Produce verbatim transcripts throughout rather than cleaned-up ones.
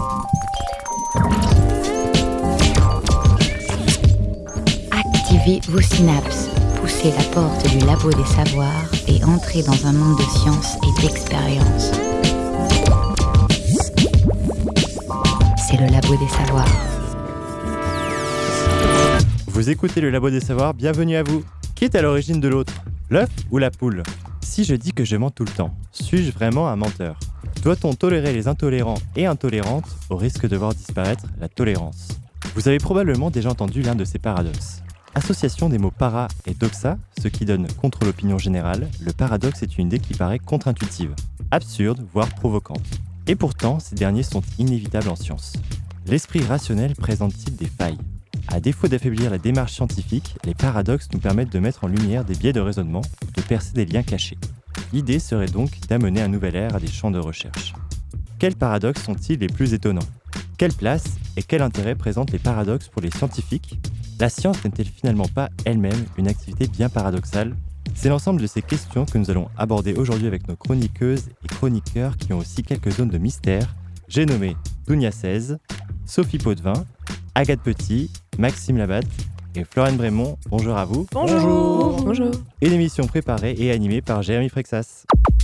Activez vos synapses, poussez la porte du labo des savoirs et entrez dans un monde de science et d'expérience. C'est le labo des savoirs. Vous écoutez le labo des savoirs, bienvenue à vous. Qui est à l'origine de l'autre, l'œuf ou la poule ? Si je dis que je mens tout le temps, suis-je vraiment un menteur ? Doit-on tolérer les intolérants et intolérantes au risque de voir disparaître la tolérance ? Vous avez probablement déjà entendu l'un de ces paradoxes. Association des mots para et doxa, ce qui donne contre l'opinion générale, le paradoxe est une idée qui paraît contre-intuitive, absurde, voire provocante. Et pourtant, ces derniers sont inévitables en science. L'esprit rationnel présente-t-il des failles ? À défaut d'affaiblir la démarche scientifique, les paradoxes nous permettent de mettre en lumière des biais de raisonnement ou de percer des liens cachés. L'idée serait donc d'amener un nouvel ère à des champs de recherche. Quels paradoxes sont-ils les plus étonnants ? Quelle place et quel intérêt présentent les paradoxes pour les scientifiques ? La science n'est-elle finalement pas elle-même une activité bien paradoxale ? C'est l'ensemble de ces questions que nous allons aborder aujourd'hui avec nos chroniqueuses et chroniqueurs qui ont aussi quelques zones de mystère. J'ai nommé Dounia seize, Sophie Potvin, Agathe Petit, Maxime Labatte et Florence Brémond. Bonjour à vous. Bonjour. Bonjour. Une émission préparée et animée par Jérémy Frexas.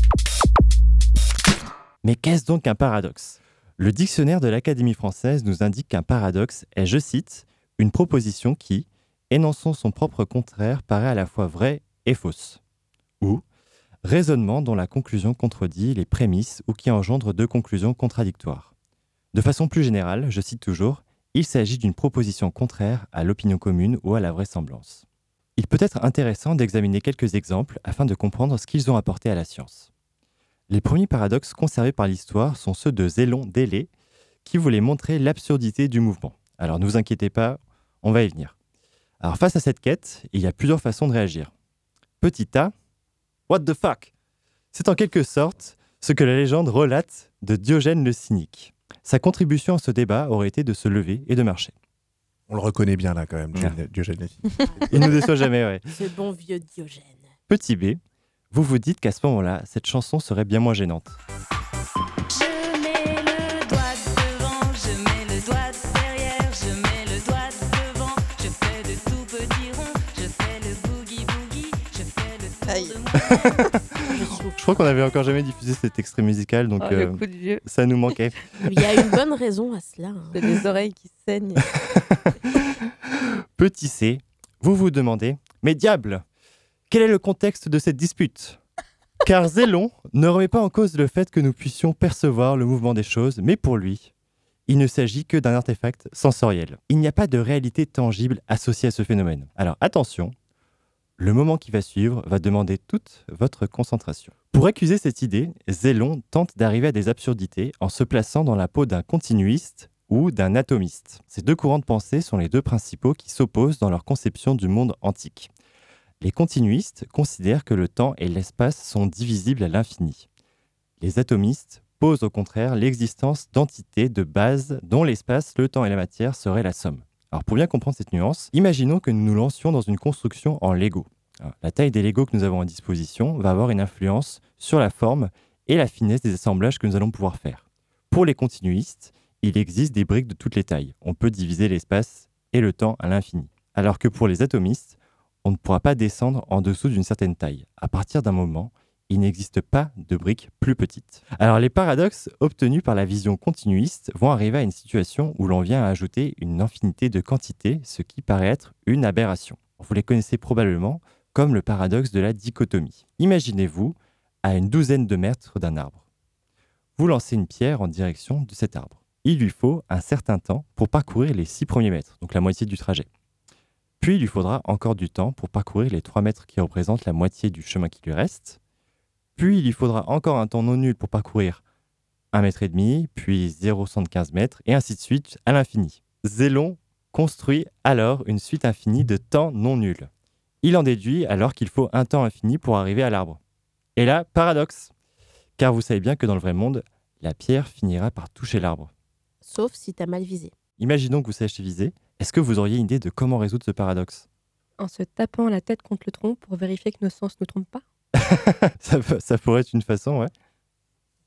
Mais qu'est-ce donc un paradoxe ? Le dictionnaire de l'Académie française nous indique qu'un paradoxe est, je cite, une proposition qui, énonçant son propre contraire, paraît à la fois vraie et fausse. Ou raisonnement dont la conclusion contredit les prémices ou qui engendre deux conclusions contradictoires. De façon plus générale, je cite toujours, il s'agit d'une proposition contraire à l'opinion commune ou à la vraisemblance. Il peut être intéressant d'examiner quelques exemples afin de comprendre ce qu'ils ont apporté à la science. Les premiers paradoxes conservés par l'histoire sont ceux de Zélon d'Élée, qui voulait montrer l'absurdité du mouvement. Alors ne vous inquiétez pas, on va y venir. Alors face à cette quête, il y a plusieurs façons de réagir. Petit A, what the fuck ? C'est en quelque sorte ce que la légende relate de Diogène le cynique. Sa contribution à ce débat aurait été de se lever et de marcher. On le reconnaît bien là quand même, Ouais. Diogène le cynique. Il ne nous déçoit jamais, ouais. Ce bon vieux Diogène. Petit B, vous vous dites qu'à ce moment-là, cette chanson serait bien moins gênante. Je mets le doigt devant, je mets le doigt derrière, je mets le doigt devant, je fais de tout petits ronds, je fais le boogie boogie, je fais le tour Aïe. de moi. Je crois qu'on n'avait encore jamais diffusé cet extrait musical, donc Oh, euh, le coup de vieux. ça nous manquait. Il y a une bonne raison à cela. hein. J'ai des oreilles qui saignent. Petit C, vous vous demandez, mais diable, quel est le contexte de cette dispute ? Car Zélon ne remet pas en cause le fait que nous puissions percevoir le mouvement des choses, mais pour lui, il ne s'agit que d'un artefact sensoriel. Il n'y a pas de réalité tangible associée à ce phénomène. Alors attention, le moment qui va suivre va demander toute votre concentration. Pour accuser cette idée, Zélon tente d'arriver à des absurdités en se plaçant dans la peau d'un continuiste ou d'un atomiste. Ces deux courants de pensée sont les deux principaux qui s'opposent dans leur conception du monde antique. Les continuistes considèrent que le temps et l'espace sont divisibles à l'infini. Les atomistes posent au contraire l'existence d'entités de base dont l'espace, le temps et la matière seraient la somme. Alors pour bien comprendre cette nuance, imaginons que nous nous lancions dans une construction en Lego. Alors, la taille des Lego que nous avons à disposition va avoir une influence sur la forme et la finesse des assemblages que nous allons pouvoir faire. Pour les continuistes, il existe des briques de toutes les tailles. On peut diviser l'espace et le temps à l'infini. Alors que pour les atomistes, on ne pourra pas descendre en dessous d'une certaine taille. À partir d'un moment, il n'existe pas de briques plus petites. Alors les paradoxes obtenus par la vision continuiste vont arriver à une situation où l'on vient à ajouter une infinité de quantités, ce qui paraît être une aberration. Vous les connaissez probablement comme le paradoxe de la dichotomie. Imaginez-vous à une douzaine de mètres d'un arbre. Vous lancez une pierre en direction de cet arbre. Il lui faut un certain temps pour parcourir les six premiers mètres, donc la moitié du trajet. Puis il lui faudra encore du temps pour parcourir les trois mètres qui représentent la moitié du chemin qui lui reste. Puis il lui faudra encore un temps non nul pour parcourir un mètre et demi, puis zéro virgule soixante-quinze mètres, et ainsi de suite à l'infini. Zélon construit alors une suite infinie de temps non nuls. Il en déduit alors qu'il faut un temps infini pour arriver à l'arbre. Et là, paradoxe, car vous savez bien que dans le vrai monde, la pierre finira par toucher l'arbre. Sauf si t'as mal visé. Imaginons que vous sachiez viser. Est-ce que vous auriez une idée de comment résoudre ce paradoxe ? En se tapant la tête contre le tronc pour vérifier que nos sens ne trompent pas. ça, peut- ça pourrait être une façon, ouais.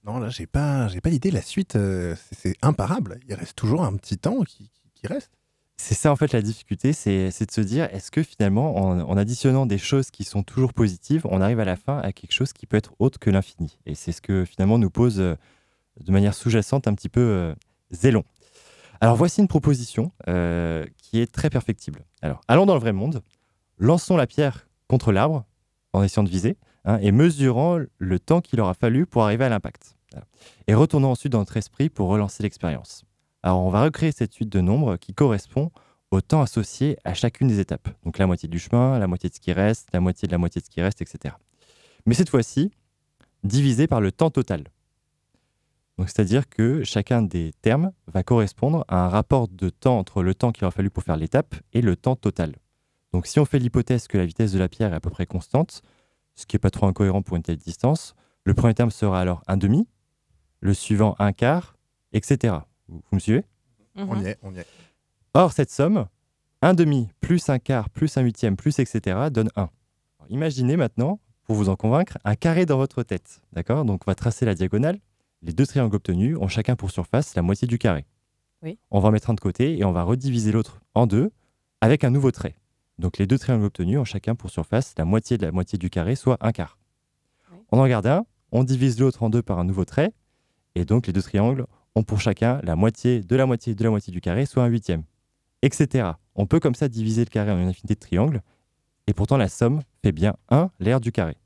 Non, là, j'ai pas, j'ai pas l'idée. La suite, euh, c'est, c'est imparable. Il reste toujours un petit temps qui, qui, qui reste. C'est ça en fait la difficulté, c'est, c'est de se dire est-ce que finalement en, en additionnant des choses qui sont toujours positives, on arrive à la fin à quelque chose qui peut être autre que l'infini. Et c'est ce que finalement nous pose euh, de manière sous-jacente un petit peu euh, Zélon. Alors voici une proposition euh, qui est très perfectible. Alors allons dans le vrai monde, lançons la pierre contre l'arbre en essayant de viser hein, et mesurant le temps qu'il aura fallu pour arriver à l'impact. Voilà. Et retournons ensuite dans notre esprit pour relancer l'expérience. Alors, on va recréer cette suite de nombres qui correspond au temps associé à chacune des étapes. Donc, la moitié du chemin, la moitié de ce qui reste, la moitié de la moitié de ce qui reste, et cetera. Mais cette fois-ci, divisé par le temps total. Donc, c'est-à-dire que chacun des termes va correspondre à un rapport de temps entre le temps qu'il aura fallu pour faire l'étape et le temps total. Donc, si on fait l'hypothèse que la vitesse de la pierre est à peu près constante, ce qui n'est pas trop incohérent pour une telle distance, le premier terme sera alors un demi, le suivant un quart, et cetera. Vous, vous me suivez ? On y est, on y est. Or, cette somme, un demi plus un quart plus un huitième plus et cetera donne un. Alors, imaginez maintenant, pour vous en convaincre, un carré dans votre tête. D'accord ? Donc, on va tracer la diagonale. Les deux triangles obtenus ont chacun pour surface la moitié du carré. Oui. On va en mettre un de côté et on va rediviser l'autre en deux avec un nouveau trait. Donc, les deux triangles obtenus ont chacun pour surface la moitié de la moitié du carré, soit un quart. Oui. On en garde un, on divise l'autre en deux par un nouveau trait. Et donc, les deux triangles ont pour chacun la moitié de la moitié de la moitié du carré, soit un huitième, et cetera. On peut comme ça diviser le carré en une infinité de triangles, et pourtant la somme fait bien un, l'aire du carré.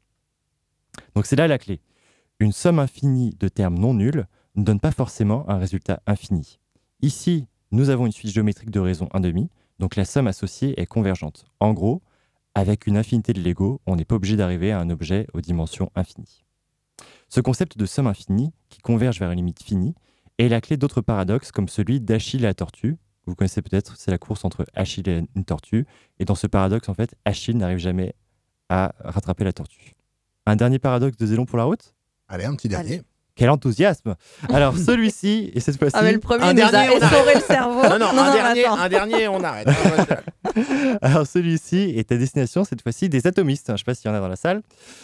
Donc c'est là la clé. Une somme infinie de termes non nuls ne donne pas forcément un résultat infini. Ici, nous avons une suite géométrique de raison un demi, donc la somme associée est convergente. En gros, avec une infinité de Lego, on n'est pas obligé d'arriver à un objet aux dimensions infinies. Ce concept de somme infinie, qui converge vers une limite finie, est la clé d'autres paradoxes comme celui d'Achille et la tortue. Vous connaissez peut-être, c'est la course entre Achille et une tortue. Et dans ce paradoxe, en fait, Achille n'arrive jamais à rattraper la tortue. Un dernier paradoxe de Zélon pour la route ? Allez, un petit dernier. Quel enthousiasme ! Alors celui-ci, et cette fois-ci... Ah mais le premier Un nous a dernier, on essoré le cerveau. Non, non, un, dernier, attends. un dernier, on arrête. Alors celui-ci est à destination, cette fois-ci, des atomistes. Je ne sais pas s'il y en a dans la salle.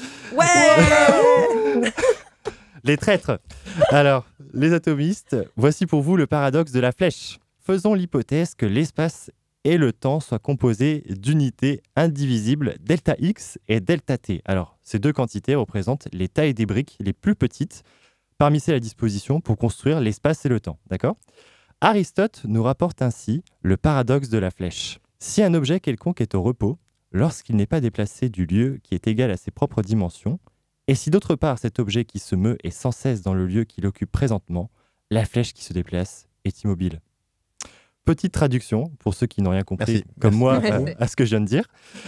Ouais. Les traîtres. Alors, les atomistes, voici pour vous le paradoxe de la flèche. Faisons l'hypothèse que l'espace et le temps soient composés d'unités indivisibles delta x et delta t. Alors, ces deux quantités représentent les tailles des briques les plus petites parmi celles à disposition pour construire l'espace et le temps. D'accord ? Aristote nous rapporte ainsi le paradoxe de la flèche. Si un objet quelconque est au repos, lorsqu'il n'est pas déplacé du lieu qui est égal à ses propres dimensions, et si d'autre part cet objet qui se meut est sans cesse dans le lieu qu'il occupe présentement, la flèche qui se déplace est immobile. Petite traduction pour ceux qui n'ont rien compris, Merci. comme moi, Merci. à, à ce que je viens de dire.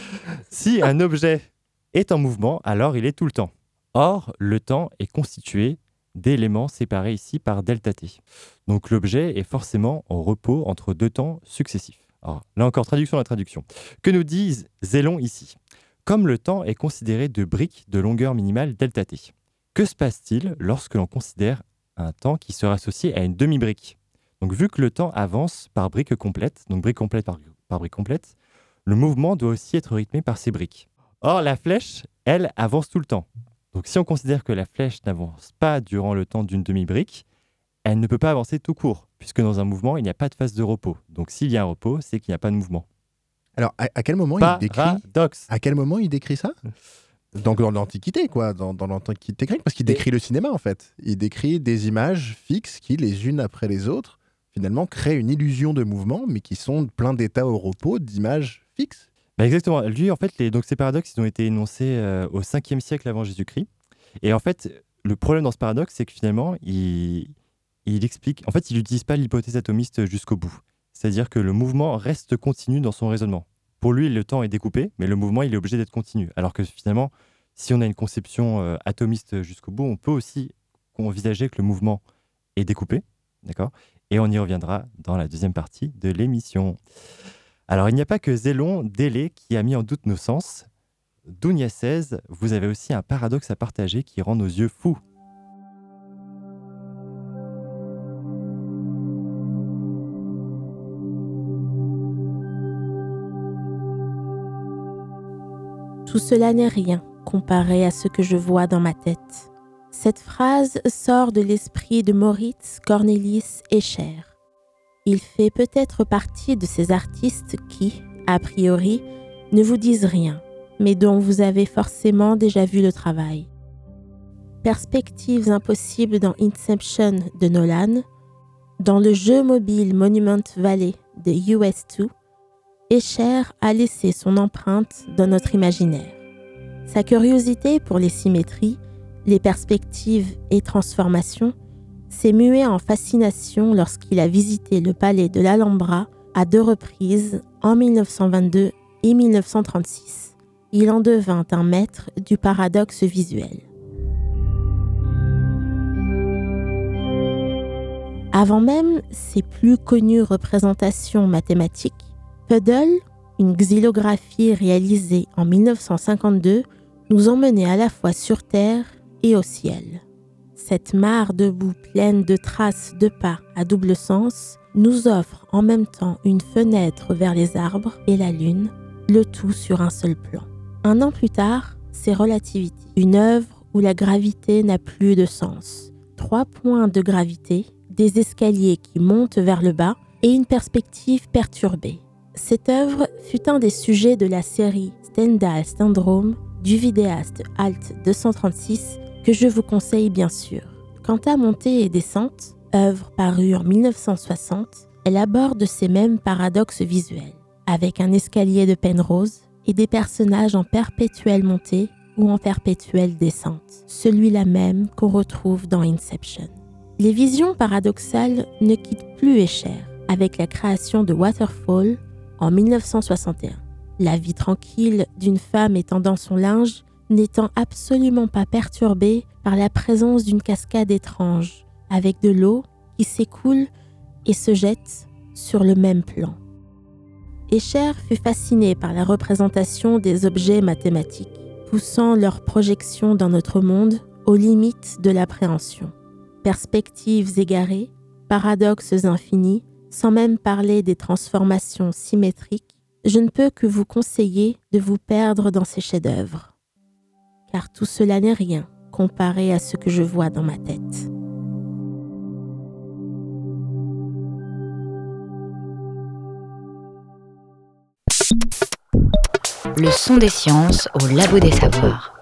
Si un objet est en mouvement, alors il est tout le temps. Or, le temps est constitué d'éléments séparés ici par delta t. Donc l'objet est forcément en repos entre deux temps successifs. Alors, là encore, traduction à la traduction. Que nous dit Zélon ici ? Comme le temps est considéré de briques de longueur minimale delta t, que se passe-t-il lorsque l'on considère un temps qui serait associé à une demi-brique ? Donc vu que le temps avance par brique complète, donc brique complète par, par brique complète, le mouvement doit aussi être rythmé par ces briques. Or, la flèche, elle, avance tout le temps. Donc si on considère que la flèche n'avance pas durant le temps d'une demi-brique, elle ne peut pas avancer tout court, puisque dans un mouvement, il n'y a pas de phase de repos. Donc s'il y a un repos, c'est qu'il n'y a pas de mouvement. Alors, à, à quel moment il décrit Paradoxe. À quel moment il décrit ça ? Donc dans l'Antiquité, quoi, dans, dans l'Antiquité grecque, parce qu'il décrit le cinéma, en fait. Il décrit des images fixes qui, les unes après les autres, finalement, créent une illusion de mouvement, mais qui sont plein d'états au repos, d'images fixes. Bah exactement. Lui, en fait, les, donc ces paradoxes, ils ont été énoncés euh, au cinquième siècle avant Jésus-Christ. Et en fait, le problème dans ce paradoxe, c'est que finalement, il, il explique... En fait, il n'utilise pas l'hypothèse atomiste jusqu'au bout. C'est-à-dire que le mouvement reste continu dans son raisonnement. Pour lui, le temps est découpé, mais le mouvement, il est obligé d'être continu. Alors que finalement, si on a une conception euh, atomiste jusqu'au bout, on peut aussi envisager que le mouvement est découpé. D'accord ? Et on y reviendra dans la deuxième partie de l'émission. Alors, il n'y a pas que Zélon Délé qui a mis en doute nos sens. Dounia seize, vous avez aussi un paradoxe à partager qui rend nos yeux fous. Tout cela n'est rien comparé à ce que je vois dans ma tête. Cette phrase sort de l'esprit de Moritz Cornelis Escher. Il fait peut-être partie de ces artistes qui, a priori, ne vous disent rien, mais dont vous avez forcément déjà vu le travail. Perspectives impossibles dans Inception de Nolan, dans le jeu mobile Monument Valley de U S deux, Escher a laissé son empreinte dans notre imaginaire. Sa curiosité pour les symétries, les perspectives et transformations s'est muée en fascination lorsqu'il a visité le palais de l'Alhambra à deux reprises en mille neuf cent vingt-deux et mille neuf cent trente-six. Il en devint un maître du paradoxe visuel. Avant même ses plus connues représentations mathématiques, Puddle, une xylographie réalisée en mille neuf cent cinquante-deux, nous emmenait à la fois sur Terre et au ciel. Cette mare de boue pleine de traces de pas à double sens nous offre en même temps une fenêtre vers les arbres et la lune, le tout sur un seul plan. Un an plus tard, c'est Relativity, une œuvre où la gravité n'a plus de sens. Trois points de gravité, des escaliers qui montent vers le bas et une perspective perturbée. Cette œuvre fut un des sujets de la série Stendhal Syndrome du vidéaste Alt deux cent trente-six que je vous conseille bien sûr. Quant à Montée et Descente, œuvre parue en mille neuf cent soixante, elle aborde ces mêmes paradoxes visuels, avec un escalier de Penrose et des personnages en perpétuelle montée ou en perpétuelle descente, celui-là même qu'on retrouve dans Inception. Les visions paradoxales ne quittent plus Escher, avec la création de Waterfall en mille neuf cent soixante et un. La vie tranquille d'une femme étendant son linge n'étant absolument pas perturbée par la présence d'une cascade étrange, avec de l'eau qui s'écoule et se jette sur le même plan. Escher fut fasciné par la représentation des objets mathématiques, poussant leur projection dans notre monde aux limites de l'appréhension. Perspectives égarées, paradoxes infinis, sans même parler des transformations symétriques, je ne peux que vous conseiller de vous perdre dans ces chefs-d'œuvre. Car tout cela n'est rien comparé à ce que je vois dans ma tête. Le son des sciences au Labo des Savoirs.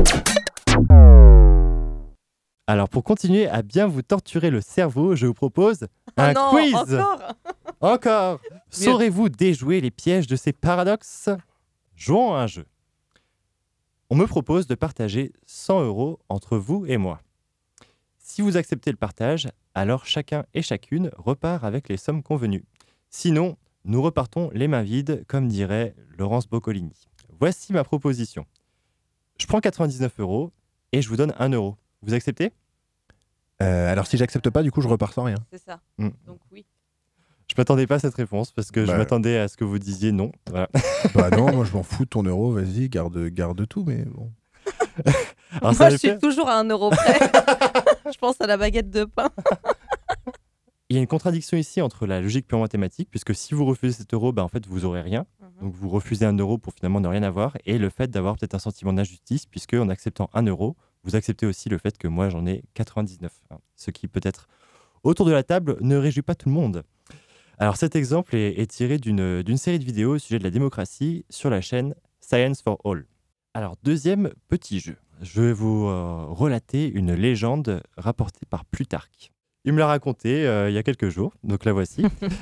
Alors, pour continuer à bien vous torturer le cerveau, je vous propose un oh non, quiz. Encore Encore. Saurez-vous déjouer les pièges de ces paradoxes? Jouons à un jeu. On me propose de partager cent euros entre vous et moi. Si vous acceptez le partage, alors chacun et chacune repart avec les sommes convenues. Sinon, nous repartons les mains vides, comme dirait Laurence Boccolini. Voici ma proposition. Je prends quatre-vingt-dix-neuf euros et je vous donne un euro. Vous acceptez? Euh, alors si j'accepte pas, du coup je repars sans rien. C'est ça. Mm. Donc oui. Je m'attendais pas à cette réponse parce que Bah, je m'attendais à ce que vous disiez non. Voilà. Bah non, moi je m'en fous de ton euro, vas-y, garde, garde tout, mais bon. Alors, ça Moi, va je suis faire- toujours à un euro près. Je pense à la baguette de pain. Il y a une contradiction ici entre la logique purement mathématique, puisque si vous refusez cet euro, bah, en fait, vous aurez rien. Donc vous refusez un euro pour finalement ne rien avoir. Et le fait d'avoir peut-être un sentiment d'injustice, puisque en acceptant un euro, vous acceptez aussi le fait que moi j'en ai quatre-vingt-dix-neuf. Hein, ce qui peut-être autour de la table ne réjouit pas tout le monde. Alors cet exemple est, est tiré d'une, d'une série de vidéos au sujet de la démocratie sur la chaîne Science for All. Alors deuxième petit jeu. Je vais vous euh, relater une légende rapportée par Plutarque. Il me l'a raconté euh, il y a quelques jours, donc la voici.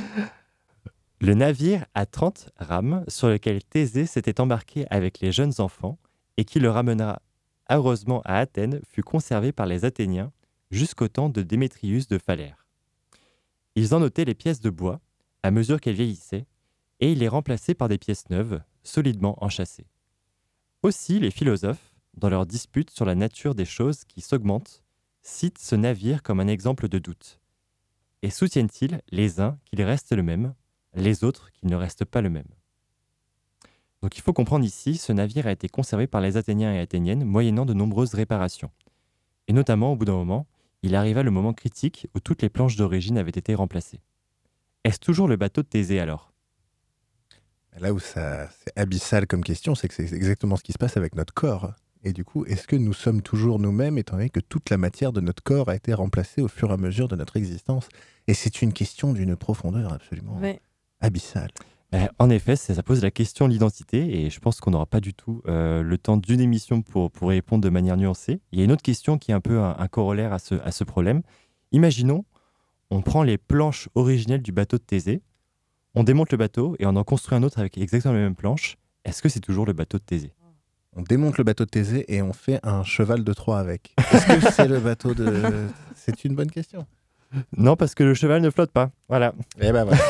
Le navire à trente rames sur lequel Thésée s'était embarqué avec les jeunes enfants et qui le ramena heureusement à Athènes fut conservé par les Athéniens jusqu'au temps de Démétrius de Phalère. Ils en notaient les pièces de bois à mesure qu'elles vieillissaient et ils les remplaçaient par des pièces neuves, solidement enchâssées. Aussi, les philosophes, dans leurs disputes sur la nature des choses qui s'augmentent, citent ce navire comme un exemple de doute. Et soutiennent-ils, les uns, qu'il reste le même, les autres, qu'il ne reste pas le même. Donc il faut comprendre ici, ce navire a été conservé par les Athéniens et Athéniennes moyennant de nombreuses réparations. Et notamment, au bout d'un moment, il arriva le moment critique où toutes les planches d'origine avaient été remplacées. Est-ce toujours le bateau de Thésée alors? Là où ça, c'est abyssal comme question, c'est que c'est exactement ce qui se passe avec notre corps. Et du coup, est-ce que nous sommes toujours nous-mêmes, étant donné que toute la matière de notre corps a été remplacée au fur et à mesure de notre existence? Et c'est une question d'une profondeur absolument Ouais. abyssale. Ben, en effet, ça, ça pose la question de l'identité et je pense qu'on n'aura pas du tout euh, le temps d'une émission pour, pour y répondre de manière nuancée. Il y a une autre question qui est un peu un, un corollaire à ce, à ce problème. Imaginons, on prend les planches originelles du bateau de Thésée, on démonte le bateau et on en construit un autre avec exactement les mêmes planches. Est-ce que c'est toujours le bateau de Thésée? On démonte le bateau de Thésée et on fait un cheval de Troie avec. Est-ce que c'est le bateau de... C'est une bonne question. Non, parce que le cheval ne flotte pas. Voilà. Eh ben voilà.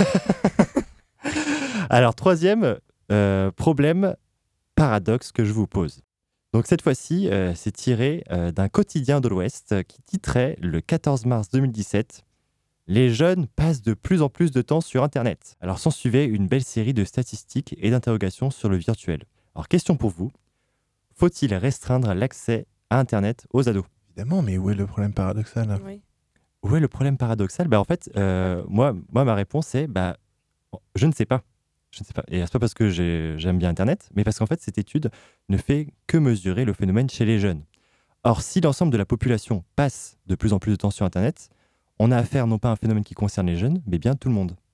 Alors, troisième euh, problème, paradoxe que je vous pose. Donc, cette fois-ci, euh, c'est tiré euh, d'un quotidien de l'Ouest euh, qui titrait le quatorze mars deux mille dix-sept « Les jeunes passent de plus en plus de temps sur Internet ». Alors, s'en suivait une belle série de statistiques et d'interrogations sur le virtuel. Alors, question pour vous. Faut-il restreindre l'accès à Internet aux ados? Évidemment, mais où est le problème paradoxal là? Oui. Où est le problème paradoxal? Bah, en fait, euh, moi, moi, ma réponse est bah, je ne sais pas. Je ne sais pas. Et c'est pas parce que j'ai- j'aime bien Internet, mais parce qu'en fait, cette étude ne fait que mesurer le phénomène chez les jeunes. Or, si l'ensemble de la population passe de plus en plus de temps sur Internet, on a affaire non pas à un phénomène qui concerne les jeunes, mais bien tout le monde.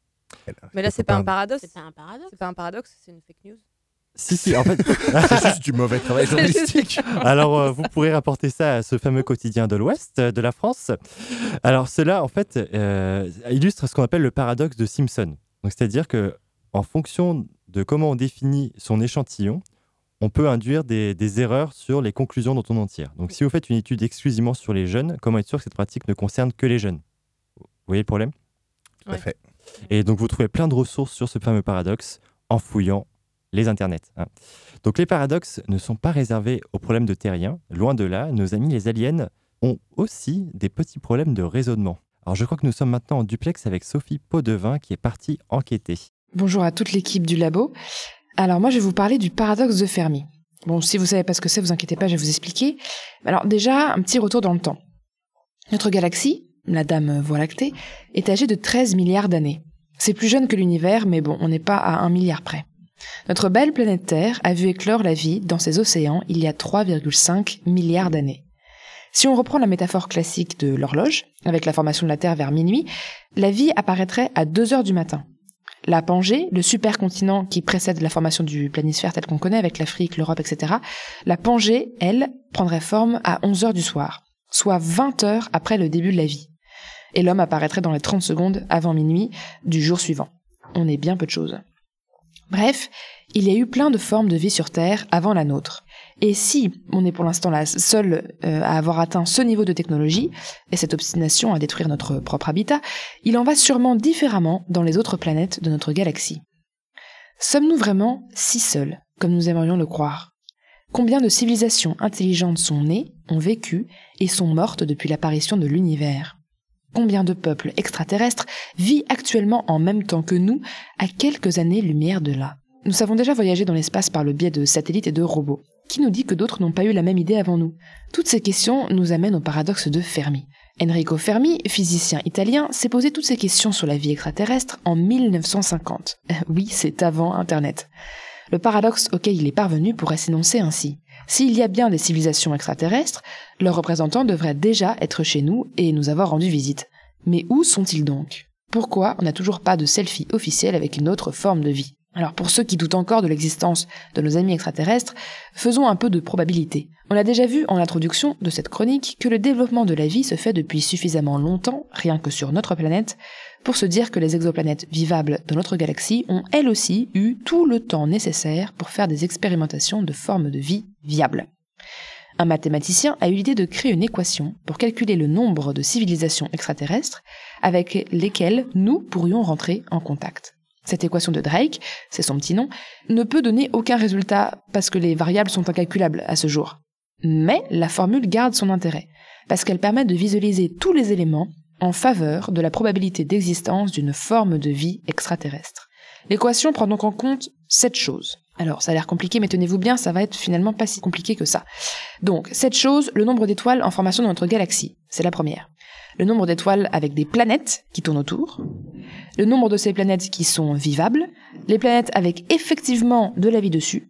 Mais là, c'est pas un paradoxe. C'est pas un paradoxe. C'est pas un paradoxe, c'est une fake news. Si, si, en fait. C'est juste du mauvais travail journalistique. Alors, euh, vous pourrez rapporter ça à ce fameux quotidien de l'Ouest euh, de la France. Alors, cela, en fait, euh, illustre ce qu'on appelle le paradoxe de Simpson. Donc, c'est-à-dire que, en fonction de comment on définit son échantillon, on peut induire des, des erreurs sur les conclusions dont on en tire. Donc, si vous faites une étude exclusivement sur les jeunes, comment être sûr que cette pratique ne concerne que les jeunes? Vous voyez le problème? Tout à fait. Et donc, vous trouvez plein de ressources sur ce fameux paradoxe en fouillant les internets. hein. Donc, les paradoxes ne sont pas réservés aux problèmes de terriens. Loin de là, nos amis les aliens ont aussi des petits problèmes de raisonnement. Alors, je crois que nous sommes maintenant en duplex avec Sophie Potvin qui est partie enquêter. Bonjour à toute l'équipe du labo. Alors moi, je vais vous parler du paradoxe de Fermi. Bon, si vous savez pas ce que c'est, vous inquiétez pas, je vais vous expliquer. Alors déjà, un petit retour dans le temps. Notre galaxie, la Dame Voie lactée, est âgée de treize milliards d'années. C'est plus jeune que l'univers, mais bon, on n'est pas à un milliard près. Notre belle planète Terre a vu éclore la vie dans ses océans il y a trois virgule cinq milliards d'années. Si on reprend la métaphore classique de l'horloge, avec la formation de la Terre vers minuit, la vie apparaîtrait à deux heures du matin. La Pangée, le supercontinent qui précède la formation du planisphère tel qu'on connaît avec l'Afrique, l'Europe, et cetera, la Pangée, elle, prendrait forme à onze heures du soir, soit vingt heures après le début de la vie. Et l'homme apparaîtrait dans les trente secondes avant minuit du jour suivant. On est bien peu de choses. Bref, il y a eu plein de formes de vie sur Terre avant la nôtre. Et si on est pour l'instant la seule euh, à avoir atteint ce niveau de technologie, et cette obstination à détruire notre propre habitat, il en va sûrement différemment dans les autres planètes de notre galaxie. Sommes-nous vraiment si seuls, comme nous aimerions le croire? Combien de civilisations intelligentes sont nées, ont vécu et sont mortes depuis l'apparition de l'univers? Combien de peuples extraterrestres vit actuellement en même temps que nous, à quelques années-lumière de là? Nous savons déjà voyager dans l'espace par le biais de satellites et de robots. Qui nous dit que d'autres n'ont pas eu la même idée avant nous? Toutes ces questions nous amènent au paradoxe de Fermi. Enrico Fermi, physicien italien, s'est posé toutes ces questions sur la vie extraterrestre en mille neuf cent cinquante. Oui, c'est avant Internet. Le paradoxe auquel il est parvenu pourrait s'énoncer ainsi. S'il y a bien des civilisations extraterrestres, leurs représentants devraient déjà être chez nous et nous avoir rendu visite. Mais où sont-ils donc? Pourquoi on n'a toujours pas de selfie officiel avec une autre forme de vie? Alors pour ceux qui doutent encore de l'existence de nos amis extraterrestres, faisons un peu de probabilité. On a déjà vu en introduction de cette chronique que le développement de la vie se fait depuis suffisamment longtemps, rien que sur notre planète, pour se dire que les exoplanètes vivables de notre galaxie ont elles aussi eu tout le temps nécessaire pour faire des expérimentations de formes de vie viables. Un mathématicien a eu l'idée de créer une équation pour calculer le nombre de civilisations extraterrestres avec lesquelles nous pourrions rentrer en contact. Cette équation de Drake, c'est son petit nom, ne peut donner aucun résultat parce que les variables sont incalculables à ce jour. Mais la formule garde son intérêt, parce qu'elle permet de visualiser tous les éléments en faveur de la probabilité d'existence d'une forme de vie extraterrestre. L'équation prend donc en compte sept choses. Alors, ça a l'air compliqué, mais tenez-vous bien, ça va être finalement pas si compliqué que ça. Donc, sept choses, le nombre d'étoiles en formation dans notre galaxie, c'est la première. Le nombre d'étoiles avec des planètes qui tournent autour, le nombre de ces planètes qui sont vivables, les planètes avec effectivement de la vie dessus,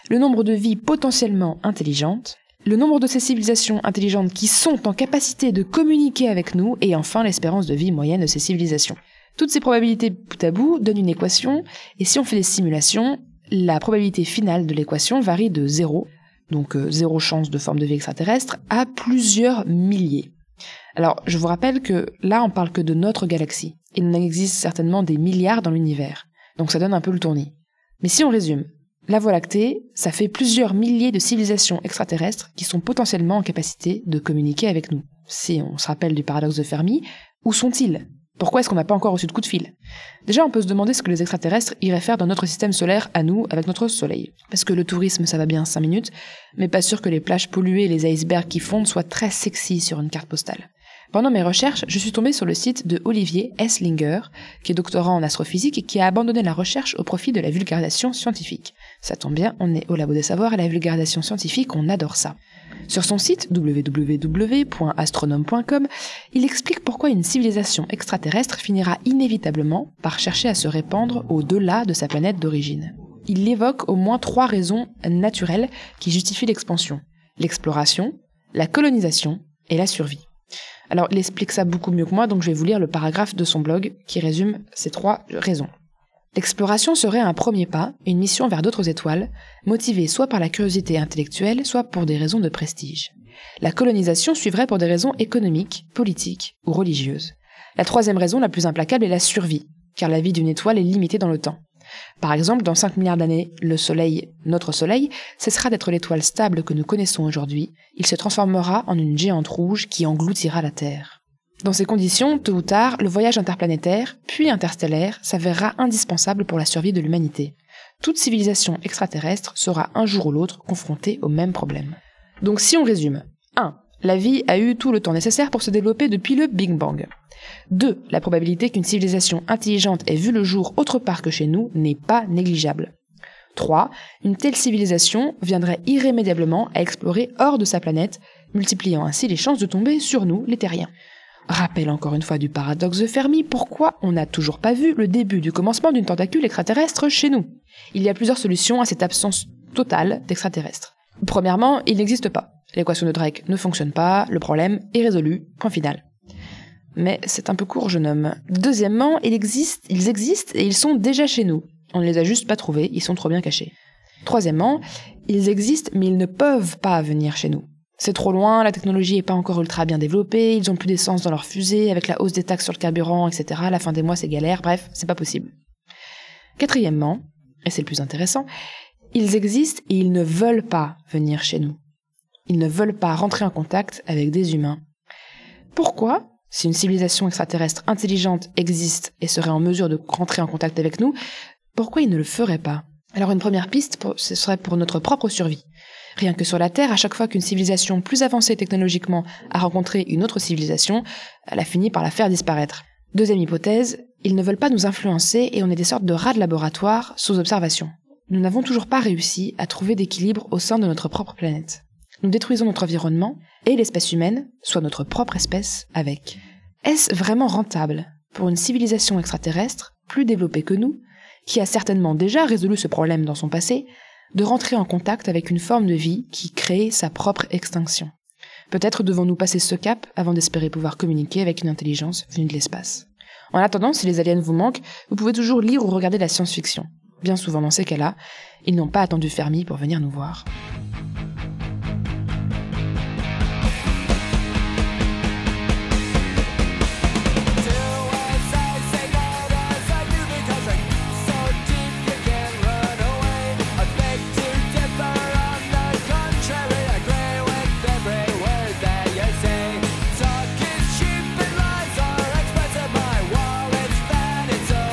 le nombre de vies potentiellement intelligentes, le nombre de ces civilisations intelligentes qui sont en capacité de communiquer avec nous, et enfin l'espérance de vie moyenne de ces civilisations. Toutes ces probabilités bout à bout donnent une équation, et si on fait des simulations, la probabilité finale de l'équation varie de zéro, donc euh, zéro chance de forme de vie extraterrestre, à plusieurs milliers. Alors, je vous rappelle que là, on parle que de notre galaxie. Il en existe certainement des milliards dans l'univers. Donc ça donne un peu le tournis. Mais si on résume, la Voie lactée, ça fait plusieurs milliers de civilisations extraterrestres qui sont potentiellement en capacité de communiquer avec nous. Si on se rappelle du paradoxe de Fermi, où sont-ils ? Pourquoi est-ce qu'on n'a pas encore reçu de coup de fil ? Déjà, on peut se demander ce que les extraterrestres iraient faire dans notre système solaire à nous, avec notre soleil. Parce que le tourisme, ça va bien cinq minutes, mais pas sûr que les plages polluées et les icebergs qui fondent soient très sexy sur une carte postale. Pendant mes recherches, je suis tombée sur le site de Olivier Esslinger, qui est doctorant en astrophysique et qui a abandonné la recherche au profit de la vulgarisation scientifique. Ça tombe bien, on est au Labo des Savoirs et la vulgarisation scientifique, on adore ça. Sur son site w w w point astronome point com, il explique pourquoi une civilisation extraterrestre finira inévitablement par chercher à se répandre au-delà de sa planète d'origine. Il évoque au moins trois raisons naturelles qui justifient l'expansion. L'exploration, la colonisation et la survie. Alors, il explique ça beaucoup mieux que moi, donc je vais vous lire le paragraphe de son blog qui résume ces trois raisons. L'exploration serait un premier pas, une mission vers d'autres étoiles, motivée soit par la curiosité intellectuelle, soit pour des raisons de prestige. La colonisation suivrait pour des raisons économiques, politiques ou religieuses. La troisième raison, la plus implacable, est la survie, car la vie d'une étoile est limitée dans le temps. Par exemple, dans cinq milliards d'années, le Soleil, notre Soleil, cessera d'être l'étoile stable que nous connaissons aujourd'hui, il se transformera en une géante rouge qui engloutira la Terre. Dans ces conditions, tôt ou tard, le voyage interplanétaire, puis interstellaire, s'avérera indispensable pour la survie de l'humanité. Toute civilisation extraterrestre sera un jour ou l'autre confrontée au même problème. Donc si on résume, un. La vie a eu tout le temps nécessaire pour se développer depuis le Big Bang. deux. La probabilité qu'une civilisation intelligente ait vu le jour autre part que chez nous n'est pas négligeable. trois. Une telle civilisation viendrait irrémédiablement à explorer hors de sa planète, multipliant ainsi les chances de tomber sur nous, les terriens. Rappel encore une fois du paradoxe de Fermi, pourquoi on n'a toujours pas vu le début du commencement d'une tentacule extraterrestre chez nous ? Il y a plusieurs solutions à cette absence totale d'extraterrestres. Premièrement, il n'existe pas. L'équation de Drake ne fonctionne pas, le problème est résolu, point final. Mais c'est un peu court, jeune homme. Deuxièmement, il existe, ils existent et ils sont déjà chez nous. On ne les a juste pas trouvés, ils sont trop bien cachés. Troisièmement, ils existent mais ils ne peuvent pas venir chez nous. C'est trop loin, la technologie n'est pas encore ultra bien développée, ils ont plus d'essence dans leurs fusées, avec la hausse des taxes sur le carburant, et cetera. À la fin des mois, c'est galère, bref, c'est pas possible. Quatrièmement, et c'est le plus intéressant, ils existent et ils ne veulent pas venir chez nous. Ils ne veulent pas rentrer en contact avec des humains. Pourquoi, si une civilisation extraterrestre intelligente existe et serait en mesure de rentrer en contact avec nous, pourquoi ils ne le feraient pas ? Alors une première piste, pour, ce serait pour notre propre survie. Rien que sur la Terre, à chaque fois qu'une civilisation plus avancée technologiquement a rencontré une autre civilisation, elle a fini par la faire disparaître. Deuxième hypothèse, ils ne veulent pas nous influencer et on est des sortes de rats de laboratoire sous observation. Nous n'avons toujours pas réussi à trouver d'équilibre au sein de notre propre planète. Nous détruisons notre environnement et l'espèce humaine, soit notre propre espèce, avec. Est-ce vraiment rentable pour une civilisation extraterrestre, plus développée que nous, qui a certainement déjà résolu ce problème dans son passé, de rentrer en contact avec une forme de vie qui crée sa propre extinction? Peut-être devons-nous passer ce cap avant d'espérer pouvoir communiquer avec une intelligence venue de l'espace. En attendant, si les aliens vous manquent, vous pouvez toujours lire ou regarder la science-fiction. Bien souvent dans ces cas-là, ils n'ont pas attendu Fermi pour venir nous voir.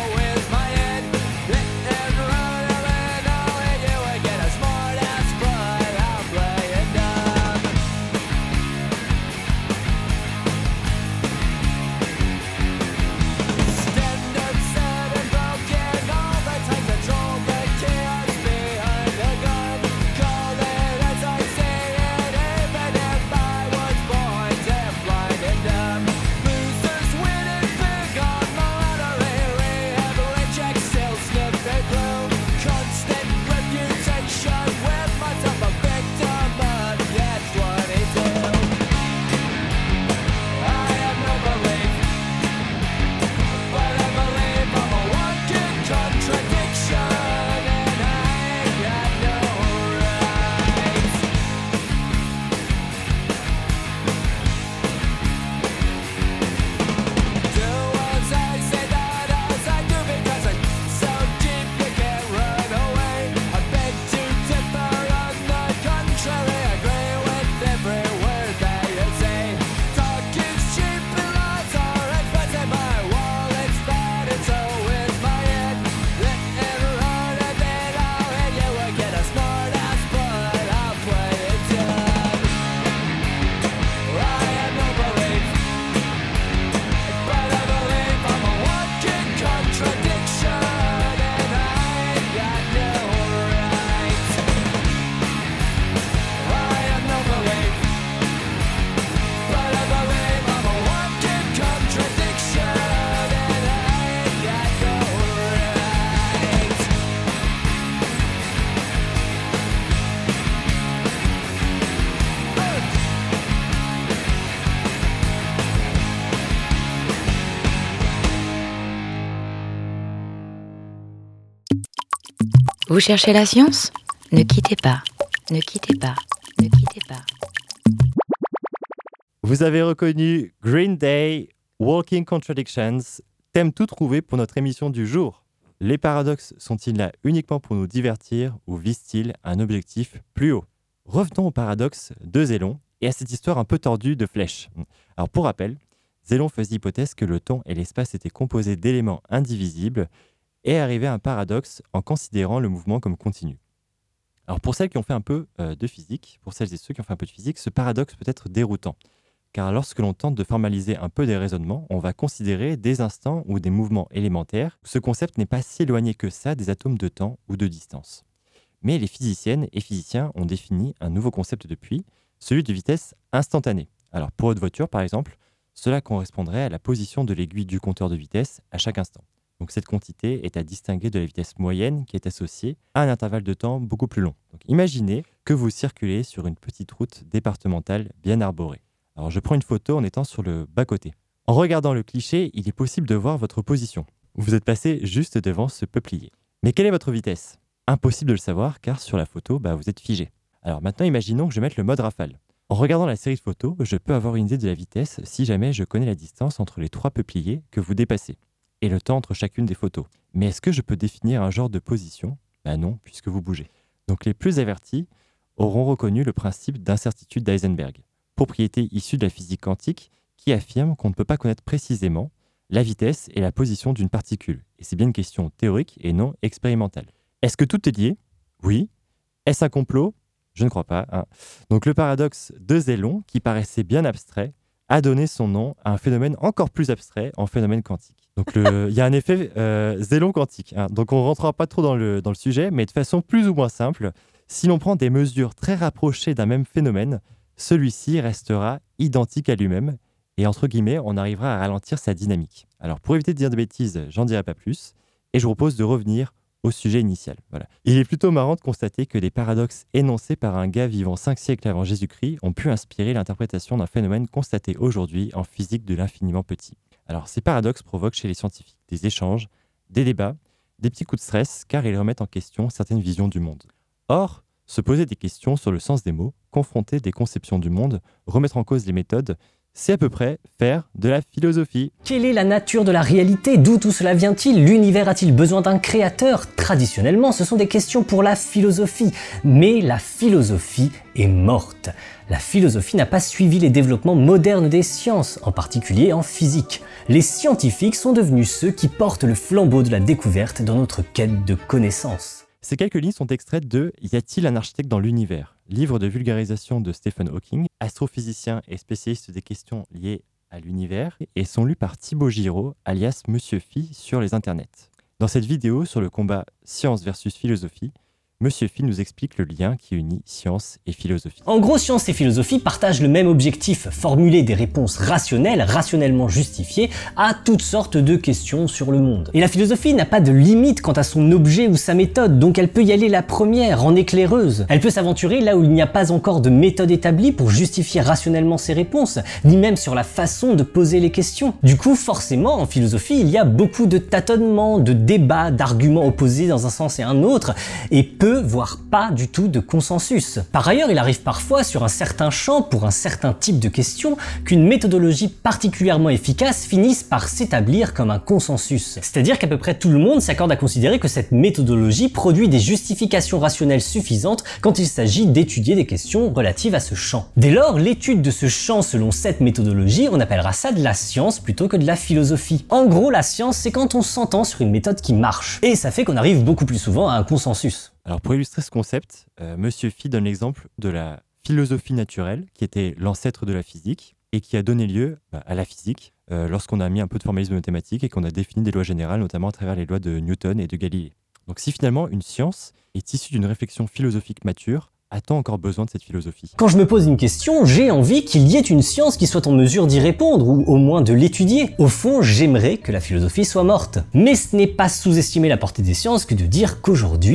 Get a smart ass bride. Vous cherchez la science ? Ne quittez pas, ne quittez pas, ne quittez pas. Vous avez reconnu Green Day, Walking Contradictions, thème tout trouvé pour notre émission du jour. Les paradoxes sont-ils là uniquement pour nous divertir ou visent-ils un objectif plus haut ? Revenons au paradoxe de Zélon et à cette histoire un peu tordue de flèches. Alors pour rappel, Zélon faisait l'hypothèse que le temps et l'espace étaient composés d'éléments indivisibles et arrivait à un paradoxe en considérant le mouvement comme continu. Alors pour celles qui ont fait un peu euh, de physique, pour celles et ceux qui ont fait un peu de physique, ce paradoxe peut être déroutant. Car lorsque l'on tente de formaliser un peu des raisonnements, on va considérer des instants ou des mouvements élémentaires. Ce concept n'est pas si éloigné que ça des atomes de temps ou de distance. Mais les physiciennes et physiciens ont défini un nouveau concept depuis, celui de vitesse instantanée. Alors pour votre voiture par exemple, cela correspondrait à la position de l'aiguille du compteur de vitesse à chaque instant. Donc cette quantité est à distinguer de la vitesse moyenne qui est associée à un intervalle de temps beaucoup plus long. Donc imaginez que vous circulez sur une petite route départementale bien arborée. Alors je prends une photo en étant sur le bas-côté. En regardant le cliché, il est possible de voir votre position. Vous êtes passé juste devant ce peuplier. Mais quelle est votre vitesse ? Impossible de le savoir car sur la photo, bah, vous êtes figé. Alors maintenant imaginons que je mette le mode rafale. En regardant la série de photos, je peux avoir une idée de la vitesse si jamais je connais la distance entre les trois peupliers que vous dépassez et le temps entre chacune des photos. Mais est-ce que je peux définir un genre de position ? Bah non, puisque vous bougez. Donc les plus avertis auront reconnu le principe d'incertitude d'Heisenberg, propriété issue de la physique quantique qui affirme qu'on ne peut pas connaître précisément la vitesse et la position d'une particule. Et c'est bien une question théorique et non expérimentale. Est-ce que tout est lié ? Oui. Est-ce un complot ? Je ne crois pas. Hein. Donc le paradoxe de Zélon, qui paraissait bien abstrait, a donné son nom à un phénomène encore plus abstrait en phénomène quantique. Donc il y a un effet euh, Zélon quantique. Hein. Donc on ne rentrera pas trop dans le, dans le sujet, mais de façon plus ou moins simple, si l'on prend des mesures très rapprochées d'un même phénomène, celui-ci restera identique à lui-même et entre guillemets, on arrivera à ralentir sa dynamique. Alors pour éviter de dire de bêtises, j'en dirai pas plus et je vous propose de revenir au sujet initial. Voilà. Il est plutôt marrant de constater que des paradoxes énoncés par un gars vivant cinq siècles avant Jésus-Christ ont pu inspirer l'interprétation d'un phénomène constaté aujourd'hui en physique de l'infiniment petit. Alors ces paradoxes provoquent chez les scientifiques des échanges, des débats, des petits coups de stress car ils remettent en question certaines visions du monde. Or, se poser des questions sur le sens des mots, confronter des conceptions du monde, remettre en cause les méthodes, c'est à peu près faire de la philosophie. Quelle est la nature de la réalité ? D'où tout cela vient-il ? L'univers a-t-il besoin d'un créateur ? Traditionnellement, ce sont des questions pour la philosophie. Mais la philosophie est morte. La philosophie n'a pas suivi les développements modernes des sciences, en particulier en physique. Les scientifiques sont devenus ceux qui portent le flambeau de la découverte dans notre quête de connaissances. Ces quelques lignes sont extraites de « Y a-t-il un architecte dans l'univers ?» livre de vulgarisation de Stephen Hawking, astrophysicien et spécialiste des questions liées à l'univers, et sont lus par Thibaut Giraud, alias Monsieur Phi, sur les internets. Dans cette vidéo sur le combat science versus philosophie, Monsieur Phi nous explique le lien qui unit science et philosophie. En gros, science et philosophie partagent le même objectif, formuler des réponses rationnelles, rationnellement justifiées, à toutes sortes de questions sur le monde. Et la philosophie n'a pas de limite quant à son objet ou sa méthode, donc elle peut y aller la première, en éclaireuse. Elle peut s'aventurer là où il n'y a pas encore de méthode établie pour justifier rationnellement ses réponses, ni même sur la façon de poser les questions. Du coup, forcément, en philosophie, il y a beaucoup de tâtonnements, de débats, d'arguments opposés dans un sens et un autre, et peu voire pas du tout de consensus. Par ailleurs, il arrive parfois sur un certain champ, pour un certain type de questions, qu'une méthodologie particulièrement efficace finisse par s'établir comme un consensus. C'est-à-dire qu'à peu près tout le monde s'accorde à considérer que cette méthodologie produit des justifications rationnelles suffisantes quand il s'agit d'étudier des questions relatives à ce champ. Dès lors, l'étude de ce champ selon cette méthodologie, on appellera ça de la science plutôt que de la philosophie. En gros, la science, c'est quand on s'entend sur une méthode qui marche. Et ça fait qu'on arrive beaucoup plus souvent à un consensus. Alors pour illustrer ce concept, euh, Monsieur Phi donne l'exemple de la philosophie naturelle, qui était l'ancêtre de la physique, et qui a donné lieu bah, à la physique, euh, lorsqu'on a mis un peu de formalisme mathématique et qu'on a défini des lois générales, notamment à travers les lois de Newton et de Galilée. Donc si finalement une science est issue d'une réflexion philosophique mature, a-t-on encore besoin de cette philosophie ? Quand je me pose une question, j'ai envie qu'il y ait une science qui soit en mesure d'y répondre, ou au moins de l'étudier. Au fond, j'aimerais que la philosophie soit morte. Mais ce n'est pas sous-estimer la portée des sciences que de dire qu'aujourd'hui,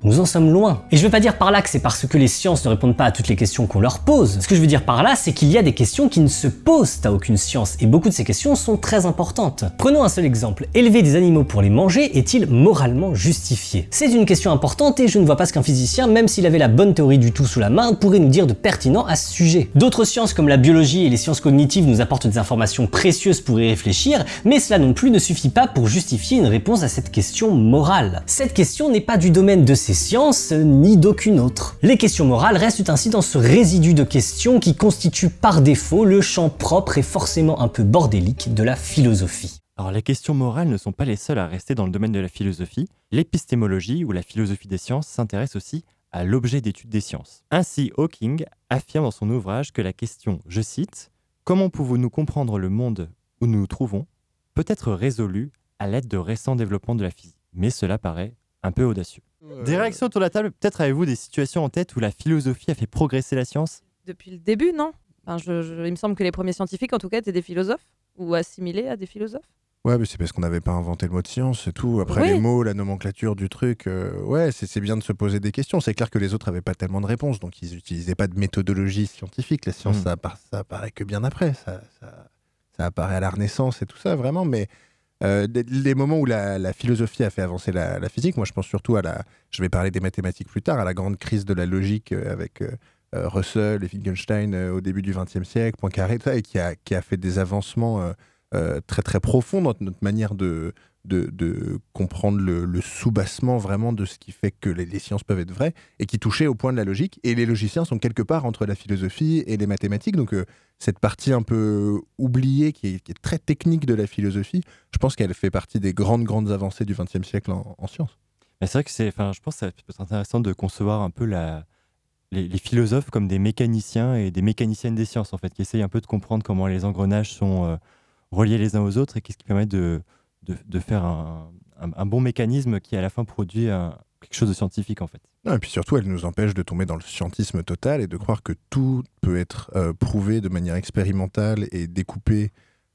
Nous en sommes loin. Et je veux pas dire par là que c'est parce que les sciences ne répondent pas à toutes les questions qu'on leur pose. Ce que je veux dire par là, c'est qu'il y a des questions qui ne se posent à aucune science, et beaucoup de ces questions sont très importantes. Prenons un seul exemple. Élever des animaux pour les manger est-il moralement justifié? C'est une question importante et je ne vois pas ce qu'un physicien, même s'il avait la bonne théorie du tout sous la main, pourrait nous dire de pertinent à ce sujet. D'autres sciences comme la biologie et les sciences cognitives nous apportent des informations précieuses pour y réfléchir, mais cela non plus ne suffit pas pour justifier une réponse à cette question morale. Cette question n'est pas du domaine de ces sciences, ni d'aucune autre. Les questions morales restent ainsi dans ce résidu de questions qui constitue par défaut le champ propre et forcément un peu bordélique de la philosophie. Alors les questions morales ne sont pas les seules à rester dans le domaine de la philosophie. L'épistémologie ou la philosophie des sciences s'intéresse aussi à l'objet d'étude des sciences. Ainsi, Hawking affirme dans son ouvrage que la question, je cite, « Comment pouvons-nous comprendre le monde où nous nous trouvons ?» peut être résolue à l'aide de récents développements de la physique. Mais cela paraît un peu audacieux. Des réactions autour de la table, peut-être avez-vous des situations en tête où la philosophie a fait progresser la science? Depuis le début, non enfin, je, je, il me semble que les premiers scientifiques, en tout cas, étaient des philosophes ou assimilés à des philosophes. Ouais, mais c'est parce qu'on n'avait pas inventé le mot de science, c'est tout. Après, oui. les mots, la nomenclature du truc, euh, ouais, c'est, c'est bien de se poser des questions. C'est clair que les autres n'avaient pas tellement de réponses, donc ils n'utilisaient pas de méthodologie scientifique. La science, mmh. ça, appara- ça apparaît que bien après. Ça, ça, ça apparaît à la Renaissance et tout ça, vraiment. Mais euh, les moments où la, la philosophie a fait avancer la, la physique, moi je pense surtout à la... Je vais parler des mathématiques plus tard, à la grande crise de la logique euh, avec euh, Russell et Wittgenstein euh, au début du vingtième siècle, Poincaré, tout ça, et qui a, qui a fait des avancements... Euh, Euh, très très profond dans notre manière de, de, de comprendre le, le soubassement vraiment de ce qui fait que les, les sciences peuvent être vraies et qui touchait au point de la logique. Et les logiciens sont quelque part entre la philosophie et les mathématiques. Donc euh, cette partie un peu oubliée qui est, qui est très technique de la philosophie, je pense qu'elle fait partie des grandes grandes avancées du vingtième siècle en, en sciences. Mais c'est vrai que c'est, enfin, je pense que ça peut être intéressant de concevoir un peu la, les, les philosophes comme des mécaniciens et des mécaniciennes des sciences en fait, qui essayent un peu de comprendre comment les engrenages sont euh, reliés les uns aux autres et qu'est-ce qui permet de, de, de faire un, un, un bon mécanisme qui à la fin produit un, quelque chose de scientifique en fait. Non, et puis surtout, elle nous empêche de tomber dans le scientisme total et de croire que tout peut être euh, prouvé de manière expérimentale et découpé.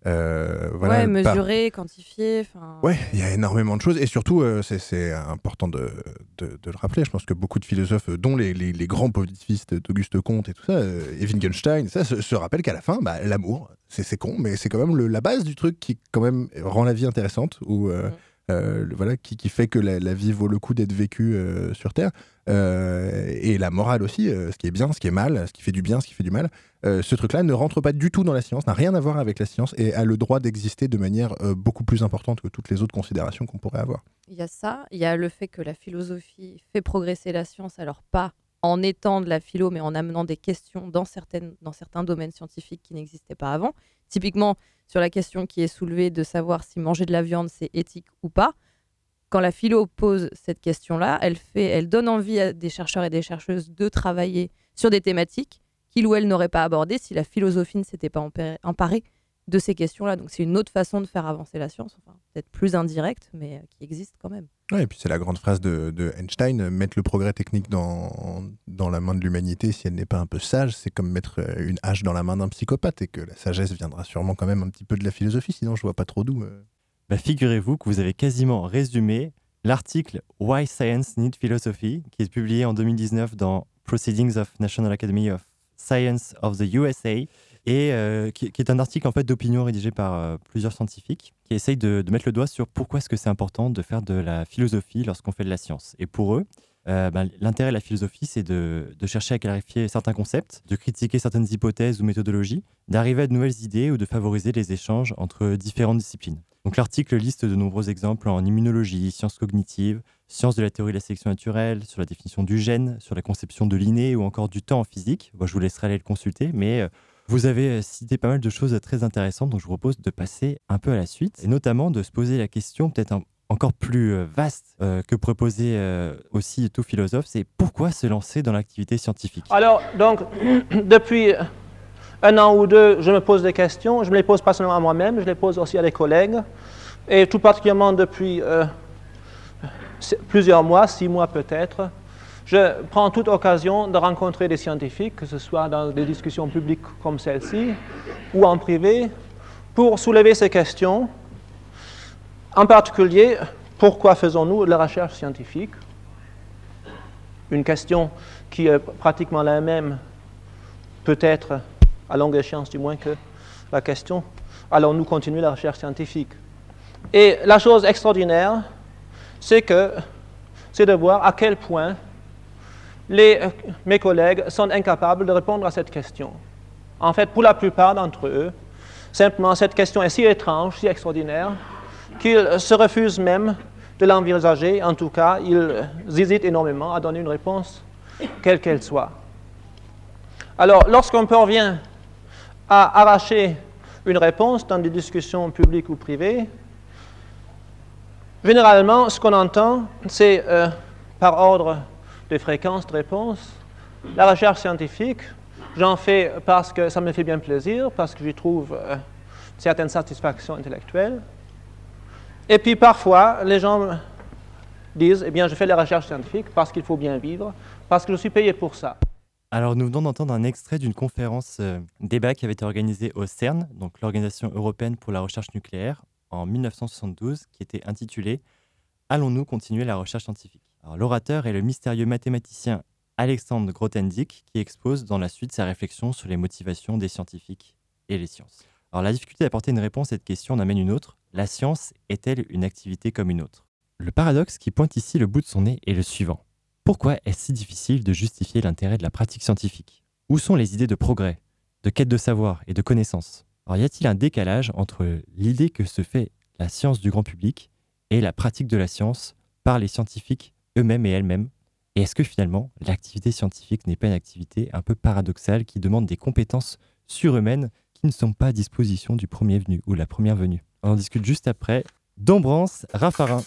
Euh, voilà, ouais, mesuré, par... quantifié. Fin... Ouais, il y a énormément de choses et surtout, euh, c'est, c'est important de, de, de le rappeler. Je pense que beaucoup de philosophes, dont les, les, les grands positivistes d'Auguste Comte et tout ça, euh, et Wittgenstein, ça se, se rappellent qu'à la fin, bah, l'amour, c'est, c'est con, mais c'est quand même le, la base du truc qui quand même rend la vie intéressante ou euh, mmh. euh, voilà, qui, qui fait que la, la vie vaut le coup d'être vécue euh, sur Terre. Euh, et la morale aussi, euh, ce qui est bien, ce qui est mal, ce qui fait du bien, ce qui fait du mal. Euh, ce truc-là ne rentre pas du tout dans la science, n'a rien à voir avec la science et a le droit d'exister de manière euh, beaucoup plus importante que toutes les autres considérations qu'on pourrait avoir. Il y a ça, il y a le fait que la philosophie fait progresser la science, alors pas en étant de la philo, mais en amenant des questions dans, certaines, dans certains domaines scientifiques qui n'existaient pas avant. Typiquement, sur la question qui est soulevée de savoir si manger de la viande, c'est éthique ou pas. Quand la philo pose cette question-là, elle, fait, elle donne envie à des chercheurs et des chercheuses de travailler sur des thématiques qu'ils ou elles n'auraient pas abordées si la philosophie ne s'était pas emparée de ces questions-là. Donc c'est une autre façon de faire avancer la science, enfin, peut-être plus indirecte, mais qui existe quand même. Ouais, et puis c'est la grande phrase de, de Einstein, mettre le progrès technique dans, dans la main de l'humanité, si elle n'est pas un peu sage, c'est comme mettre une hache dans la main d'un psychopathe, et que la sagesse viendra sûrement quand même un petit peu de la philosophie, sinon je vois pas trop d'où... Euh... Bah, figurez-vous que vous avez quasiment résumé l'article Why Science Needs Philosophy, qui est publié en deux mille dix-neuf dans Proceedings of National Academy of Science of the U S A, et euh, qui, qui est un article en fait, d'opinion rédigé par euh, plusieurs scientifiques qui essayent de, de mettre le doigt sur pourquoi est-ce que c'est important de faire de la philosophie lorsqu'on fait de la science. Et pour eux, euh, ben, l'intérêt de la philosophie, c'est de, de chercher à clarifier certains concepts, de critiquer certaines hypothèses ou méthodologies, d'arriver à de nouvelles idées ou de favoriser les échanges entre différentes disciplines. Donc l'article liste de nombreux exemples en immunologie, sciences cognitives, sciences de la théorie de la sélection naturelle, sur la définition du gène, sur la conception de l'inné ou encore du temps en physique. Bon, je vous laisserai aller le consulter, mais euh, vous avez cité pas mal de choses très intéressantes, donc je vous propose de passer un peu à la suite, et notamment de se poser la question peut-être un, encore plus euh, vaste euh, que proposait euh, aussi tout philosophe, c'est pourquoi se lancer dans l'activité scientifique ? Alors, donc, depuis un an ou deux, je me pose des questions. Je ne me les pose pas seulement à moi-même, je les pose aussi à des collègues. Et tout particulièrement depuis euh, plusieurs mois, six mois peut-être, je prends toute occasion de rencontrer des scientifiques, que ce soit dans des discussions publiques comme celle-ci ou en privé, pour soulever ces questions. En particulier, pourquoi faisons-nous de la recherche scientifique ? une question qui est pratiquement la même, peut-être à longue échéance du moins que la question, allons-nous continuer la recherche scientifique? Et la chose extraordinaire, c'est que c'est de voir à quel point les, mes collègues sont incapables de répondre à cette question. En fait, pour la plupart d'entre eux, simplement cette question est si étrange, si extraordinaire, qu'ils se refusent même de l'envisager. En tout cas, ils hésitent énormément à donner une réponse, quelle qu'elle soit. Alors, lorsqu'on parvient à arracher une réponse dans des discussions publiques ou privées, généralement, ce qu'on entend, c'est euh, par ordre de fréquence de réponse, la recherche scientifique, j'en fais parce que ça me fait bien plaisir, parce que j'y trouve euh, certaines satisfactions intellectuelles. Et puis parfois, les gens disent, eh bien, je fais la recherche scientifique parce qu'il faut bien vivre, parce que je suis payé pour ça. Alors, nous venons d'entendre un extrait d'une conférence euh, débat qui avait été organisée au CERN, donc l'Organisation européenne pour la recherche nucléaire, en mille neuf cent soixante-douze, qui était intitulée « Allons-nous continuer la recherche scientifique ?» Alors, l'orateur est le mystérieux mathématicien Alexandre Grothendieck, qui expose dans la suite sa réflexion sur les motivations des scientifiques et les sciences. Alors, la difficulté d'apporter une réponse à cette question en amène une autre. La science est-elle une activité comme une autre? Le paradoxe qui pointe ici le bout de son nez est le suivant. Pourquoi est-ce si difficile de justifier l'intérêt de la pratique scientifique? Où sont les idées de progrès, de quête de savoir et de connaissance? Alors, y a-t-il un décalage entre l'idée que se fait la science du grand public et la pratique de la science par les scientifiques eux-mêmes et elles-mêmes? Et est-ce que finalement, l'activité scientifique n'est pas une activité un peu paradoxale qui demande des compétences surhumaines qui ne sont pas à disposition du premier venu ou la première venue? On en discute juste après. Dombrance Raffarin.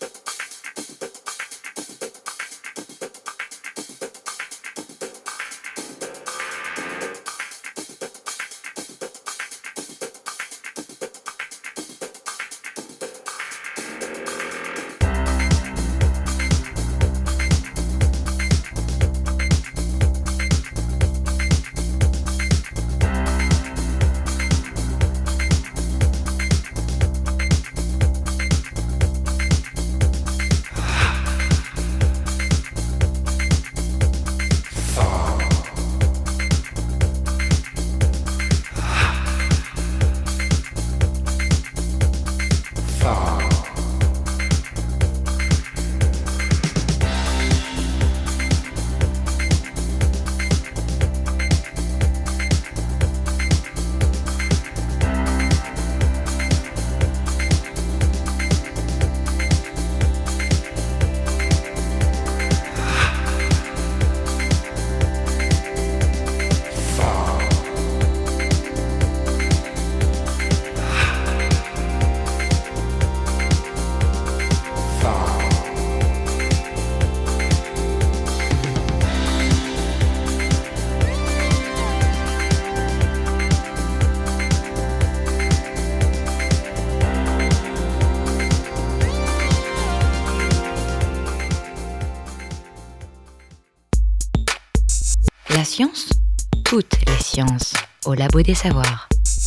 La science, toutes les sciences, au Labo des Savoirs.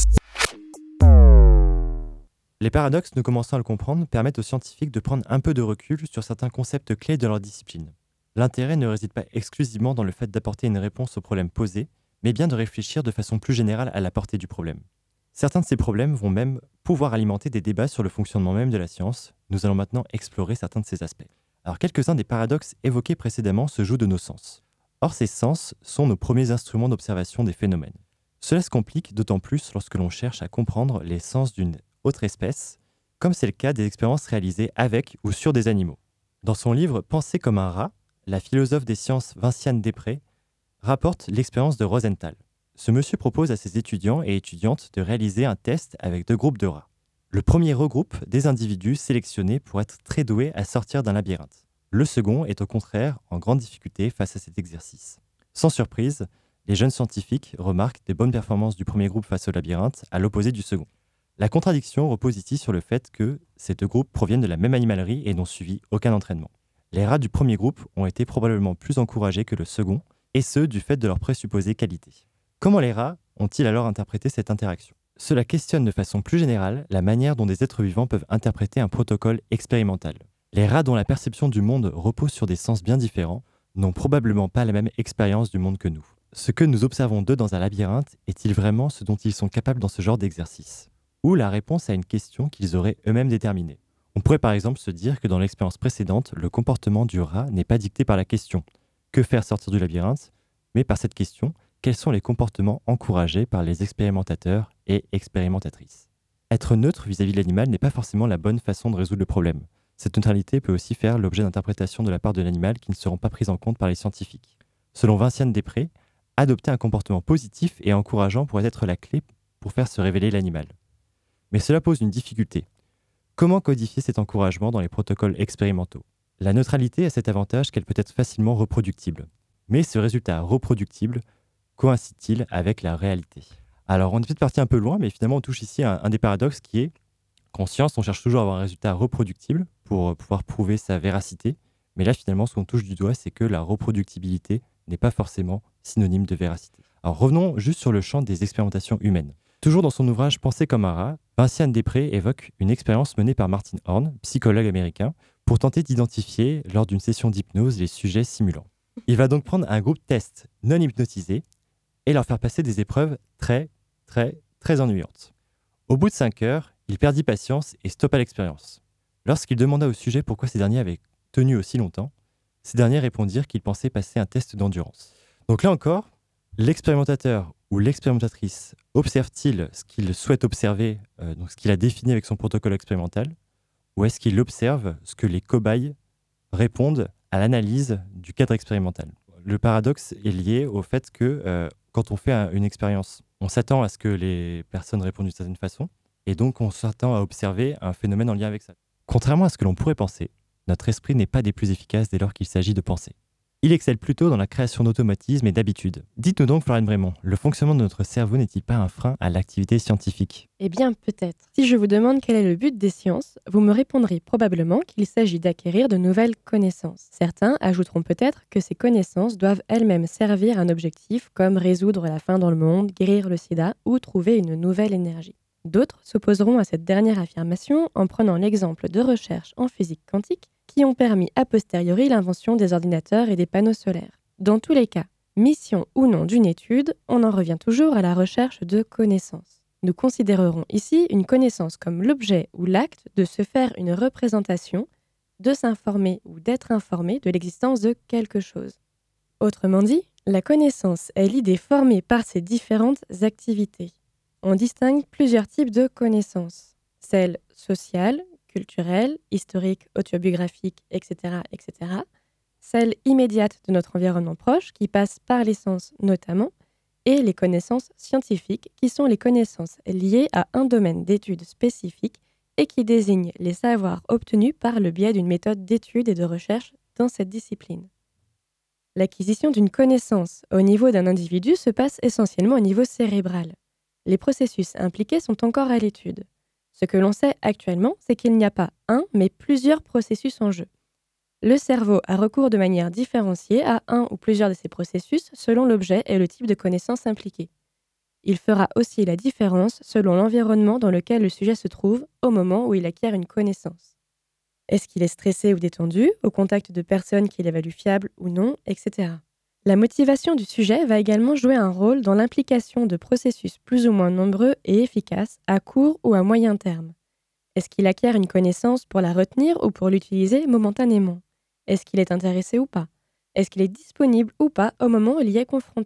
Les paradoxes, nous commençons à le comprendre, permettent aux scientifiques de prendre un peu de recul sur certains concepts clés de leur discipline. L'intérêt ne réside pas exclusivement dans le fait d'apporter une réponse aux problèmes posés, mais bien de réfléchir de façon plus générale à la portée du problème. Certains de ces problèmes vont même pouvoir alimenter des débats sur le fonctionnement même de la science. Nous allons maintenant explorer certains de ces aspects. Alors, quelques-uns des paradoxes évoqués précédemment se jouent de nos sens. Or, ces sens sont nos premiers instruments d'observation des phénomènes. Cela se complique d'autant plus lorsque l'on cherche à comprendre les sens d'une autre espèce, comme c'est le cas des expériences réalisées avec ou sur des animaux. Dans son livre « Penser comme un rat », la philosophe des sciences Vinciane Després rapporte l'expérience de Rosenthal. Ce monsieur propose à ses étudiants et étudiantes de réaliser un test avec deux groupes de rats. Le premier regroupe des individus sélectionnés pour être très doués à sortir d'un labyrinthe. Le second est au contraire en grande difficulté face à cet exercice. Sans surprise, les jeunes scientifiques remarquent des bonnes performances du premier groupe face au labyrinthe à l'opposé du second. La contradiction repose ici sur le fait que ces deux groupes proviennent de la même animalerie et n'ont suivi aucun entraînement. Les rats du premier groupe ont été probablement plus encouragés que le second, et ce du fait de leur présupposée qualité. Comment les rats ont-ils alors interprété cette interaction? Cela questionne de façon plus générale la manière dont des êtres vivants peuvent interpréter un protocole expérimental. Les rats dont la perception du monde repose sur des sens bien différents n'ont probablement pas la même expérience du monde que nous. Ce que nous observons d'eux dans un labyrinthe est-il vraiment ce dont ils sont capables dans ce genre d'exercice ? Ou la réponse à une question qu'ils auraient eux-mêmes déterminée ? On pourrait par exemple se dire que dans l'expérience précédente, le comportement du rat n'est pas dicté par la question « que faire sortir du labyrinthe ?», mais par cette question « quels sont les comportements encouragés par les expérimentateurs et expérimentatrices ?» Être neutre vis-à-vis de l'animal n'est pas forcément la bonne façon de résoudre le problème. Cette neutralité peut aussi faire l'objet d'interprétations de la part de l'animal qui ne seront pas prises en compte par les scientifiques. Selon Vinciane Després, adopter un comportement positif et encourageant pourrait être la clé pour faire se révéler l'animal. Mais cela pose une difficulté. Comment codifier cet encouragement dans les protocoles expérimentaux ? La neutralité a cet avantage qu'elle peut être facilement reproductible. Mais ce résultat reproductible coïncide-t-il avec la réalité ? Alors on est peut-être parti un peu loin, mais finalement on touche ici à un, un des paradoxes qui est qu'en science on cherche toujours à avoir un résultat reproductible pour euh, pouvoir prouver sa véracité. Mais là finalement ce qu'on touche du doigt c'est que la reproductibilité n'est pas forcément synonyme de véracité. Alors revenons juste sur le champ des expérimentations humaines. Toujours dans son ouvrage Penser comme un rat, Vinciane Després évoque une expérience menée par Martin Horn, psychologue américain, pour tenter d'identifier, lors d'une session d'hypnose, les sujets simulants. Il va donc prendre un groupe test non hypnotisé et leur faire passer des épreuves très, très, très ennuyantes. Au bout de cinq heures, il perdit patience et stoppa l'expérience. Lorsqu'il demanda au sujet pourquoi ces derniers avaient tenu aussi longtemps, ces derniers répondirent qu'ils pensaient passer un test d'endurance. Donc là encore, l'expérimentateur ou l'expérimentatrice observe-t-il ce qu'il souhaite observer, euh, donc ce qu'il a défini avec son protocole expérimental, ou est-ce qu'il observe ce que les cobayes répondent à l'analyse du cadre expérimental ? Le paradoxe est lié au fait que euh, quand on fait un, une expérience, on s'attend à ce que les personnes répondent d'une certaine façon, et donc on s'attend à observer un phénomène en lien avec ça. Contrairement à ce que l'on pourrait penser, notre esprit n'est pas des plus efficaces dès lors qu'il s'agit de penser. Il excelle plutôt dans la création d'automatismes et d'habitudes. Dites-nous donc, Florine Brémond, le fonctionnement de notre cerveau n'est-il pas un frein à l'activité scientifique ? Eh bien, peut-être. Si je vous demande quel est le but des sciences, vous me répondrez probablement qu'il s'agit d'acquérir de nouvelles connaissances. Certains ajouteront peut-être que ces connaissances doivent elles-mêmes servir un objectif comme résoudre la faim dans le monde, guérir le sida ou trouver une nouvelle énergie. D'autres s'opposeront à cette dernière affirmation en prenant l'exemple de recherches en physique quantique qui ont permis a posteriori l'invention des ordinateurs et des panneaux solaires. Dans tous les cas, mission ou non d'une étude, on en revient toujours à la recherche de connaissances. Nous considérerons ici une connaissance comme l'objet ou l'acte de se faire une représentation, de s'informer ou d'être informé de l'existence de quelque chose. Autrement dit, la connaissance est l'idée formée par ces différentes activités. On distingue plusieurs types de connaissances. Celles sociales, culturelles, historiques, autobiographiques, et cetera, et cetera. Celles immédiates de notre environnement proche, qui passent par les sens notamment, et les connaissances scientifiques, qui sont les connaissances liées à un domaine d'études spécifique et qui désignent les savoirs obtenus par le biais d'une méthode d'étude et de recherche dans cette discipline. L'acquisition d'une connaissance au niveau d'un individu se passe essentiellement au niveau cérébral. Les processus impliqués sont encore à l'étude. Ce que l'on sait actuellement, c'est qu'il n'y a pas un, mais plusieurs processus en jeu. Le cerveau a recours de manière différenciée à un ou plusieurs de ces processus selon l'objet et le type de connaissance impliqué. Il fera aussi la différence selon l'environnement dans lequel le sujet se trouve au moment où il acquiert une connaissance. Est-ce qu'il est stressé ou détendu, au contact de personnes qu'il évalue fiables ou non, et cetera. La motivation du sujet va également jouer un rôle dans l'implication de processus plus ou moins nombreux et efficaces à court ou à moyen terme. Est-ce qu'il acquiert une connaissance pour la retenir ou pour l'utiliser momentanément ? Est-ce qu'il est intéressé ou pas ? Est-ce qu'il est disponible ou pas au moment où il y est confronté ?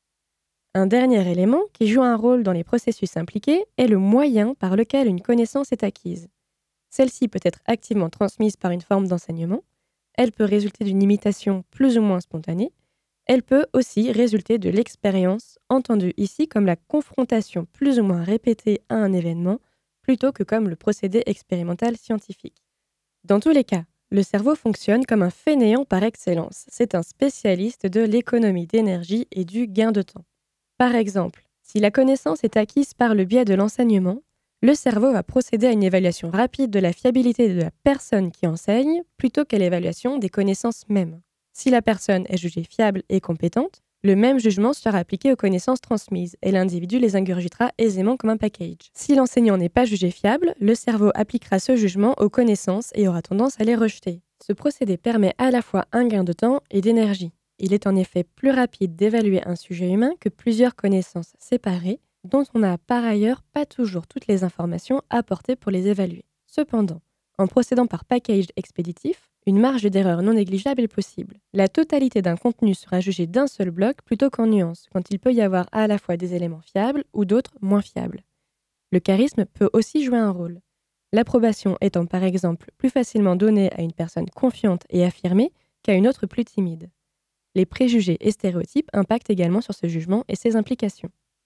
Un dernier élément qui joue un rôle dans les processus impliqués est le moyen par lequel une connaissance est acquise. Celle-ci peut être activement transmise par une forme d'enseignement, elle peut résulter d'une imitation plus ou moins spontanée, elle peut aussi résulter de l'expérience, entendue ici comme la confrontation plus ou moins répétée à un événement, plutôt que comme le procédé expérimental scientifique. Dans tous les cas, le cerveau fonctionne comme un fainéant par excellence. C'est un spécialiste de l'économie d'énergie et du gain de temps. Par exemple, si la connaissance est acquise par le biais de l'enseignement, le cerveau va procéder à une évaluation rapide de la fiabilité de la personne qui enseigne plutôt qu'à l'évaluation des connaissances mêmes. Si la personne est jugée fiable et compétente, le même jugement sera appliqué aux connaissances transmises et l'individu les ingurgitera aisément comme un package. Si l'enseignant n'est pas jugé fiable, le cerveau appliquera ce jugement aux connaissances et aura tendance à les rejeter. Ce procédé permet à la fois un gain de temps et d'énergie. Il est en effet plus rapide d'évaluer un sujet humain que plusieurs connaissances séparées, dont on n'a par ailleurs pas toujours toutes les informations apportées pour les évaluer. Cependant, en procédant par package expéditif, une marge d'erreur non négligeable est possible. La totalité d'un contenu sera jugée d'un seul bloc plutôt qu'en nuances, quand il peut y avoir à la fois des éléments fiables ou d'autres moins fiables. Le charisme peut aussi jouer un rôle. L'approbation étant par exemple plus facilement donnée à une personne confiante et affirmée qu'à une autre plus timide. Les préjugés et stéréotypes impactent également sur ce jugement et ses implications.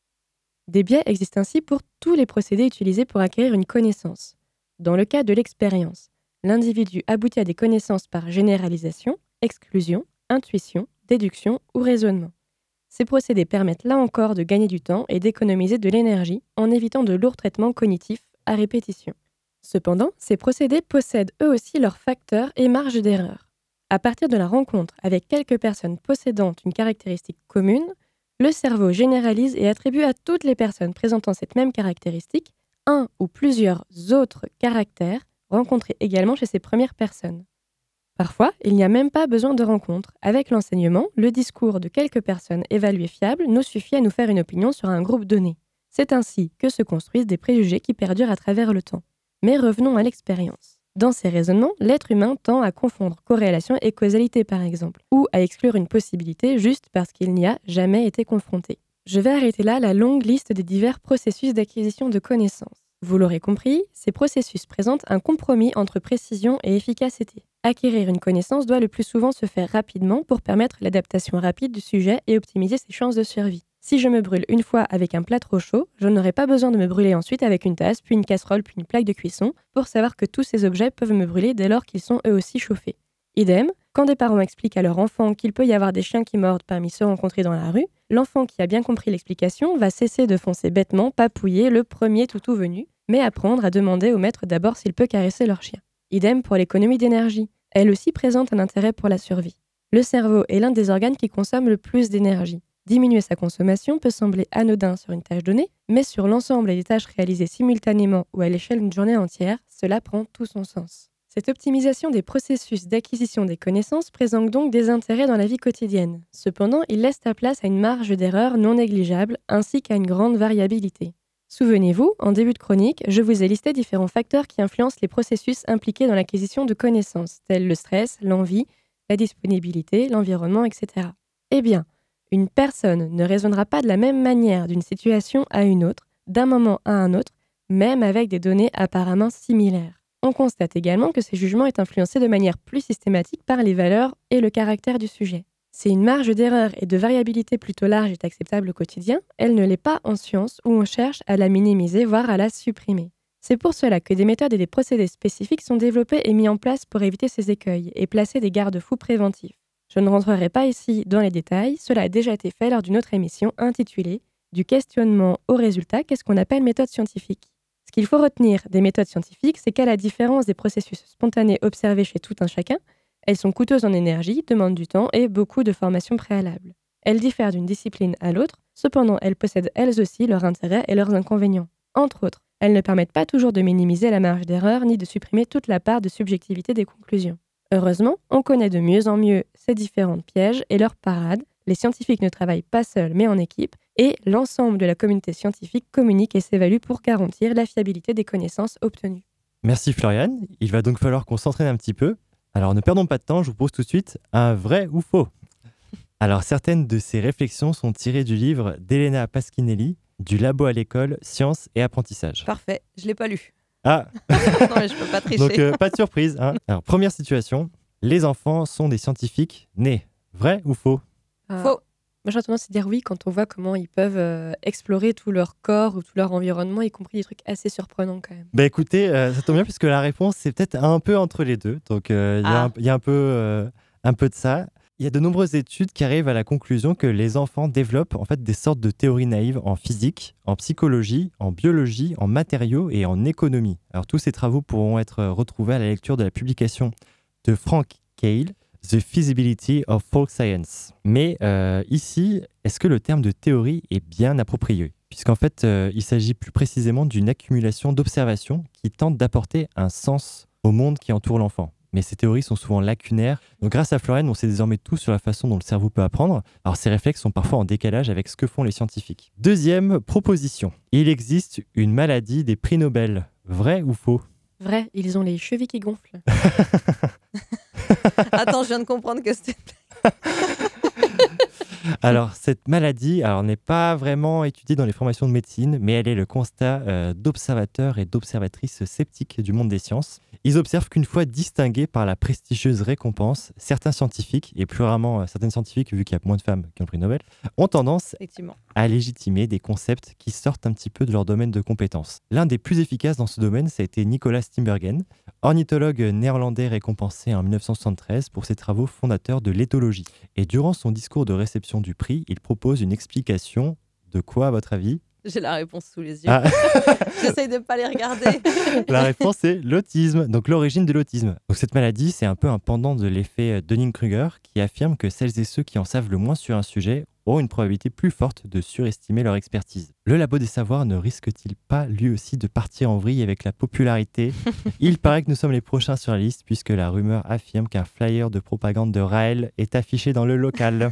Des biais existent ainsi pour tous les procédés utilisés pour acquérir une connaissance. Dans le cas de l'expérience, l'individu aboutit à des connaissances par généralisation, exclusion, intuition, déduction ou raisonnement. Ces procédés permettent là encore de gagner du temps et d'économiser de l'énergie en évitant de lourds traitements cognitifs à répétition. Cependant, ces procédés possèdent eux aussi leurs facteurs et marges d'erreur. À partir de la rencontre avec quelques personnes possédant une caractéristique commune, le cerveau généralise et attribue à toutes les personnes présentant cette même caractéristique un ou plusieurs autres caractères rencontrés également chez ces premières personnes. Parfois, il n'y a même pas besoin de rencontre. Avec l'enseignement, le discours de quelques personnes évaluées fiables nous suffit à nous faire une opinion sur un groupe donné. C'est ainsi que se construisent des préjugés qui perdurent à travers le temps. Mais revenons à l'expérience. Dans ces raisonnements, l'être humain tend à confondre corrélation et causalité par exemple, ou à exclure une possibilité juste parce qu'il n'y a jamais été confronté. Je vais arrêter là la longue liste des divers processus d'acquisition de connaissances. Vous l'aurez compris, ces processus présentent un compromis entre précision et efficacité. Acquérir une connaissance doit le plus souvent se faire rapidement pour permettre l'adaptation rapide du sujet et optimiser ses chances de survie. Si je me brûle une fois avec un plat trop chaud, je n'aurai pas besoin de me brûler ensuite avec une tasse, puis une casserole, puis une plaque de cuisson pour savoir que tous ces objets peuvent me brûler dès lors qu'ils sont eux aussi chauffés. Idem, quand des parents expliquent à leur enfant qu'il peut y avoir des chiens qui mordent parmi ceux rencontrés dans la rue, l'enfant qui a bien compris l'explication va cesser de foncer bêtement, papouiller le premier toutou venu, mais apprendre à demander au maître d'abord s'il peut caresser leur chien. Idem pour l'économie d'énergie. Elle aussi présente un intérêt pour la survie. Le cerveau est l'un des organes qui consomme le plus d'énergie. Diminuer sa consommation peut sembler anodin sur une tâche donnée, mais sur l'ensemble des tâches réalisées simultanément ou à l'échelle d'une journée entière, cela prend tout son sens. Cette optimisation des processus d'acquisition des connaissances présente donc des intérêts dans la vie quotidienne. Cependant, il laisse la place à une marge d'erreur non négligeable ainsi qu'à une grande variabilité. Souvenez-vous, en début de chronique, je vous ai listé différents facteurs qui influencent les processus impliqués dans l'acquisition de connaissances, tels le stress, l'envie, la disponibilité, l'environnement, et cetera. Eh bien, une personne ne raisonnera pas de la même manière d'une situation à une autre, d'un moment à un autre, même avec des données apparemment similaires. On constate également que ce jugement est influencé de manière plus systématique par les valeurs et le caractère du sujet. Si une marge d'erreur et de variabilité plutôt large est acceptable au quotidien, elle ne l'est pas en sciences où on cherche à la minimiser, voire à la supprimer. C'est pour cela que des méthodes et des procédés spécifiques sont développés et mis en place pour éviter ces écueils et placer des garde-fous préventifs. Je ne rentrerai pas ici dans les détails, cela a déjà été fait lors d'une autre émission intitulée « Du questionnement au résultat, qu'est-ce qu'on appelle méthode scientifique ?» Ce qu'il faut retenir des méthodes scientifiques, c'est qu'à la différence des processus spontanés observés chez tout un chacun, elles sont coûteuses en énergie, demandent du temps et beaucoup de formation préalable. Elles diffèrent d'une discipline à l'autre, cependant elles possèdent elles aussi leurs intérêts et leurs inconvénients. Entre autres, elles ne permettent pas toujours de minimiser la marge d'erreur ni de supprimer toute la part de subjectivité des conclusions. Heureusement, on connaît de mieux en mieux ces différents pièges et leurs parades. Les scientifiques ne travaillent pas seuls mais en équipe et l'ensemble de la communauté scientifique communique et s'évalue pour garantir la fiabilité des connaissances obtenues. Merci Floriane, il va donc falloir qu'on s'entraîne un petit peu. Alors ne perdons pas de temps, je vous pose tout de suite un vrai ou faux. Alors certaines de ces réflexions sont tirées du livre d'Elena Pasquinelli, Du labo à l'école, sciences et apprentissage. Parfait, je ne l'ai pas lu. Ah Non mais je peux pas tricher. Donc euh, pas de surprise. Hein. Alors première situation, les enfants sont des scientifiques nés. Vrai ou faux? Ah. Faux. Moi, j'aurais tendance à dire oui quand on voit comment ils peuvent euh, explorer tout leur corps ou tout leur environnement, y compris des trucs assez surprenants quand même. Bah écoutez, euh, ça tombe bien puisque la réponse c'est peut-être un peu entre les deux. Donc il euh, Ah. y, y a un peu, euh, un peu de ça. Il y a de nombreuses études qui arrivent à la conclusion que les enfants développent en fait des sortes de théories naïves en physique, en psychologie, en biologie, en matériaux et en économie. Alors tous ces travaux pourront être retrouvés à la lecture de la publication de Frank Cale, The Feasibility of Folk Science. Mais euh, ici, est-ce que le terme de théorie est bien approprié? Puisqu'en fait, euh, il s'agit plus précisément d'une accumulation d'observations qui tentent d'apporter un sens au monde qui entoure l'enfant. mais ces théories sont souvent lacunaires. Donc grâce à Florian, on sait désormais tout sur la façon dont le cerveau peut apprendre. Alors ces réflexes sont parfois en décalage avec ce que font les scientifiques. Deuxième proposition, il existe une maladie des prix Nobel. Vrai ou faux ? Vrai, ils ont les chevilles qui gonflent. Attends, je viens de comprendre que c'était... Alors, cette maladie alors, n'est pas vraiment étudiée dans les formations de médecine, mais elle est le constat euh, d'observateurs et d'observatrices sceptiques du monde des sciences. Ils observent qu'une fois distingués par la prestigieuse récompense, certains scientifiques, et plus rarement euh, certaines scientifiques, vu qu'il y a moins de femmes qui ont le prix Nobel, ont tendance Effectivement. à légitimer des concepts qui sortent un petit peu de leur domaine de compétences. L'un des plus efficaces dans ce domaine, ça a été Nicolas Steenbergen, ornithologue néerlandais récompensé en dix-neuf cent soixante-treize pour ses travaux fondateurs de l'éthologie. Et durant son discours de réception du prix, il propose une explication de quoi, à votre avis ? J'ai la réponse sous les yeux. Ah. J'essaye de ne pas les regarder. La réponse est l'autisme, donc l'origine de l'autisme. Donc cette maladie, c'est un peu un pendant de l'effet Dunning-Kruger qui affirme que celles et ceux qui en savent le moins sur un sujet ont une probabilité plus forte de surestimer leur expertise. Le Labo des Savoirs ne risque-t-il pas lui aussi de partir en vrille avec la popularité ? Il paraît que nous sommes les prochains sur la liste puisque la rumeur affirme qu'un flyer de propagande de Raël est affiché dans le local.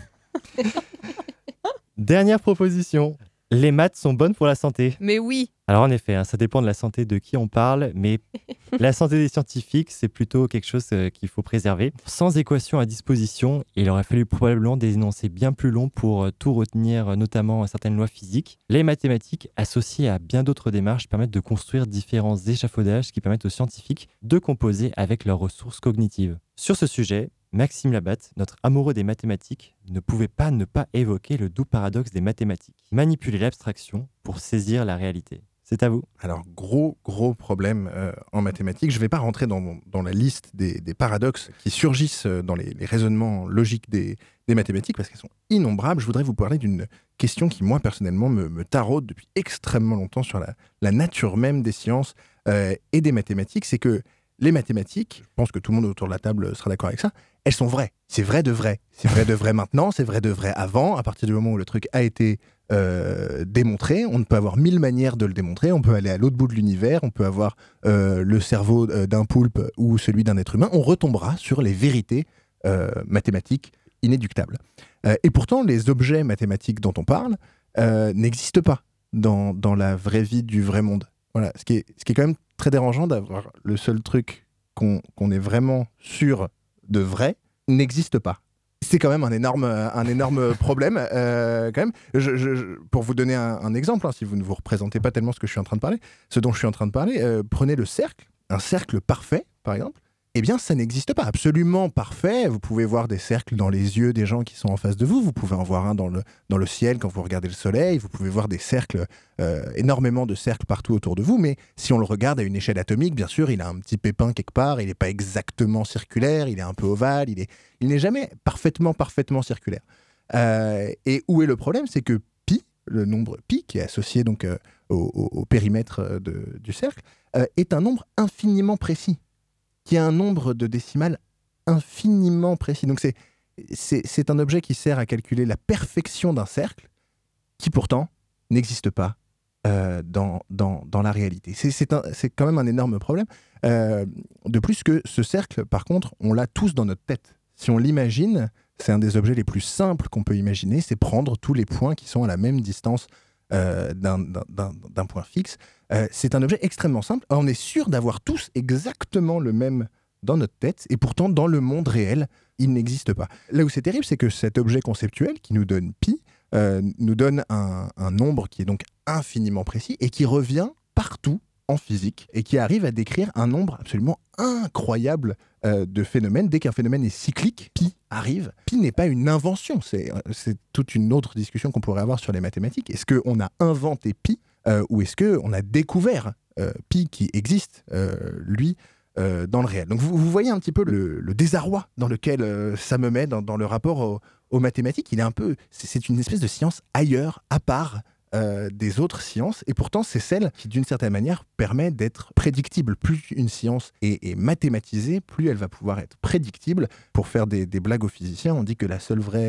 Dernière proposition. Les maths sont bonnes pour la santé. Mais oui. Alors en effet, hein, ça dépend de la santé de qui on parle, mais la santé des scientifiques, c'est plutôt quelque chose euh, qu'il faut préserver. Sans équation à disposition, il aurait fallu probablement des énoncés bien plus longs pour euh, tout retenir, euh, notamment certaines lois physiques. Les mathématiques, associées à bien d'autres démarches, permettent de construire différents échafaudages qui permettent aux scientifiques de composer avec leurs ressources cognitives. Sur ce sujet, Maxime Labatte, notre amoureux des mathématiques, ne pouvait pas ne pas évoquer le doux paradoxe des mathématiques. Manipuler l'abstraction pour saisir la réalité. C'est à vous. Alors, gros, gros problème euh, en mathématiques. Je ne vais pas rentrer dans, dans la liste des, des paradoxes qui surgissent dans les, les raisonnements logiques des, des mathématiques parce qu'elles sont innombrables. Je voudrais vous parler d'une question qui, moi, personnellement, me, me taraude depuis extrêmement longtemps sur la, la nature même des sciences euh, et des mathématiques. C'est que les mathématiques, je pense que tout le monde autour de la table sera d'accord avec ça, elles sont vraies. C'est vrai de vrai. C'est vrai de vrai maintenant, c'est vrai de vrai avant. À partir du moment où le truc a été euh, démontré, on peut avoir mille manières de le démontrer. On peut aller à l'autre bout de l'univers, on peut avoir euh, le cerveau d'un poulpe ou celui d'un être humain. On retombera sur les vérités euh, mathématiques inéductables. Euh, et pourtant, les objets mathématiques dont on parle euh, n'existent pas dans, dans la vraie vie du vrai monde. Voilà. Ce qui est, ce qui est quand même très dérangeant d'avoir le seul truc qu'on, qu'on est vraiment sûr de vrai n'existe pas. C'est quand même un énorme, un énorme problème. Euh, quand même. Je, je, je, pour vous donner un, un exemple, hein, si vous ne vous représentez pas tellement ce que je suis en train de parler, ce dont je suis en train de parler, euh, prenez le cercle, un cercle parfait, par exemple. Eh bien, ça n'existe pas. Absolument parfait. Vous pouvez voir des cercles dans les yeux des gens qui sont en face de vous. Vous pouvez en voir un dans le, dans le ciel quand vous regardez le soleil. Vous pouvez voir des cercles, euh, énormément de cercles partout autour de vous. Mais si on le regarde à une échelle atomique, bien sûr, il a un petit pépin quelque part. Il n'est pas exactement circulaire. Il est un peu ovale. Il est, il n'est jamais parfaitement, parfaitement circulaire. Euh, et où est le problème ? C'est que pi, le nombre pi, qui est associé donc euh, au, au, au périmètre de, du cercle, euh, est un nombre infiniment précis, qui a un nombre de décimales infiniment précis. Donc c'est, c'est, c'est un objet qui sert à calculer la perfection d'un cercle, qui pourtant n'existe pas euh, dans, dans, dans la réalité. C'est, c'est, un, c'est quand même un énorme problème. Euh, de plus que ce cercle, par contre, on l'a tous dans notre tête. Si on l'imagine, c'est un des objets les plus simples qu'on peut imaginer, c'est prendre tous les points qui sont à la même distance Euh, d'un, d'un, d'un point fixe. Euh, c'est un objet extrêmement simple. On est sûr d'avoir tous exactement le même dans notre tête, et pourtant, dans le monde réel, il n'existe pas. Là où c'est terrible, c'est que cet objet conceptuel qui nous donne pi, euh, nous donne un, un nombre qui est donc infiniment précis, et qui revient partout en physique, et qui arrive à décrire un nombre absolument incroyable euh, de phénomènes. Dès qu'un phénomène est cyclique, pi arrive. Pi n'est pas une invention, c'est, c'est toute une autre discussion qu'on pourrait avoir sur les mathématiques. Est-ce qu'on a inventé pi euh, ou est-ce qu'on a découvert euh, pi qui existe, euh, lui, euh, dans le réel ? Donc vous, vous voyez un petit peu le, le désarroi dans lequel euh, ça me met dans, dans le rapport au, aux mathématiques. Il est un peu, c'est, c'est une espèce de science ailleurs, à part, Euh, des autres sciences, et pourtant c'est celle qui d'une certaine manière permet d'être prédictible. Plus une science est, est mathématisée, plus elle va pouvoir être prédictible. Pour faire des, des blagues aux physiciens, on dit que la seule vraie euh,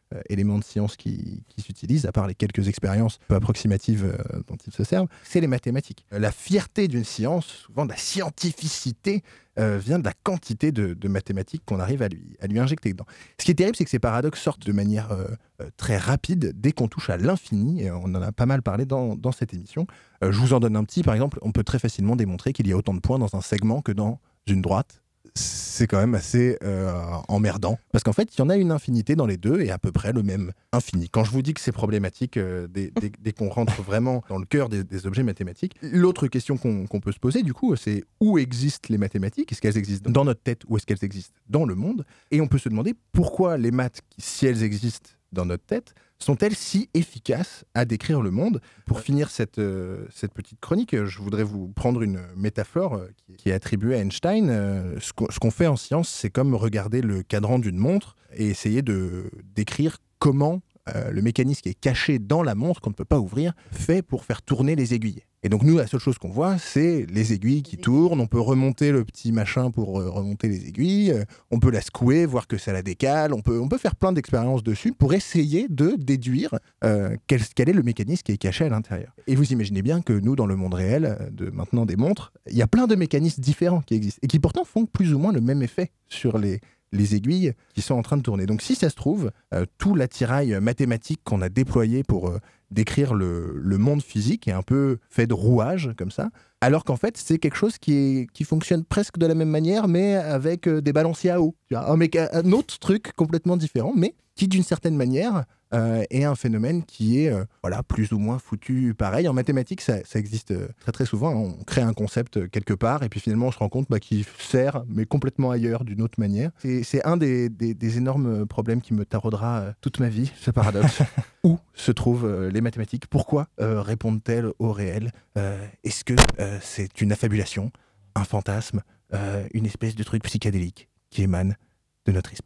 euh, élément de science qui, qui s'utilise, à part les quelques expériences peu approximatives euh, dont ils se servent, c'est les mathématiques. La fierté d'une science, souvent de la scientificité, euh, vient de la quantité de, de mathématiques qu'on arrive à lui, à lui injecter dedans. Ce qui est terrible, c'est que ces paradoxes sortent de manière euh, euh, très rapide dès qu'on touche à l'infini, et on en a pas mal parlé dans, dans cette émission. Euh, je vous en donne un petit, par exemple, on peut très facilement démontrer qu'il y a autant de points dans un segment que dans une droite. C'est quand même assez euh, emmerdant, parce qu'en fait, il y en a une infinité dans les deux, et à peu près le même infini. Quand je vous dis que c'est problématique, euh, dès, dès, dès qu'on rentre vraiment dans le cœur des, des objets mathématiques, l'autre question qu'on, qu'on peut se poser, du coup, c'est où existent les mathématiques ? Est-ce qu'elles existent dans notre tête, ou est-ce qu'elles existent dans le monde ? Et on peut se demander pourquoi les maths, si elles existent dans notre tête, sont-elles si efficaces à décrire le monde ? Pour finir cette, euh, cette petite chronique, je voudrais vous prendre une métaphore euh, qui, qui est attribuée à Einstein. Euh, ce, qu'on, ce qu'on fait en science, c'est comme regarder le cadran d'une montre et essayer de décrire comment euh, le mécanisme qui est caché dans la montre, qu'on ne peut pas ouvrir, fait pour faire tourner les aiguilles. Et donc nous, la seule chose qu'on voit, c'est les aiguilles qui tournent. On peut remonter le petit machin pour euh, remonter les aiguilles. Euh, on peut la secouer, voir que ça la décale. On peut, on peut faire plein d'expériences dessus pour essayer de déduire euh, quel, quel est le mécanisme qui est caché à l'intérieur. Et vous imaginez bien que nous, dans le monde réel, de maintenant des montres, il y a plein de mécanismes différents qui existent et qui pourtant font plus ou moins le même effet sur les, les aiguilles qui sont en train de tourner. Donc si ça se trouve, euh, tout l'attirail mathématique qu'on a déployé pour euh, décrire le, le monde physique est un peu fait de rouages comme ça, alors qu'en fait c'est quelque chose qui, est, qui fonctionne presque de la même manière, mais avec euh, des balanciers à eau. Tu vois, un, méca- un autre truc complètement différent, mais qui d'une certaine manière euh, est un phénomène qui est euh, voilà, plus ou moins foutu pareil. En mathématiques, ça, ça existe euh, très très souvent. On crée un concept euh, quelque part et puis finalement on se rend compte bah, qu'il sert, mais complètement ailleurs, d'une autre manière. C'est, c'est un des, des, des énormes problèmes qui me taraudera euh, toute ma vie, ce paradoxe. Où se trouvent euh, les mathématiques ? Pourquoi euh, répondent-elles au réel ? euh, Est-ce que euh, c'est une affabulation, un fantasme, euh, une espèce de truc psychédélique qui émane de notre esprit ?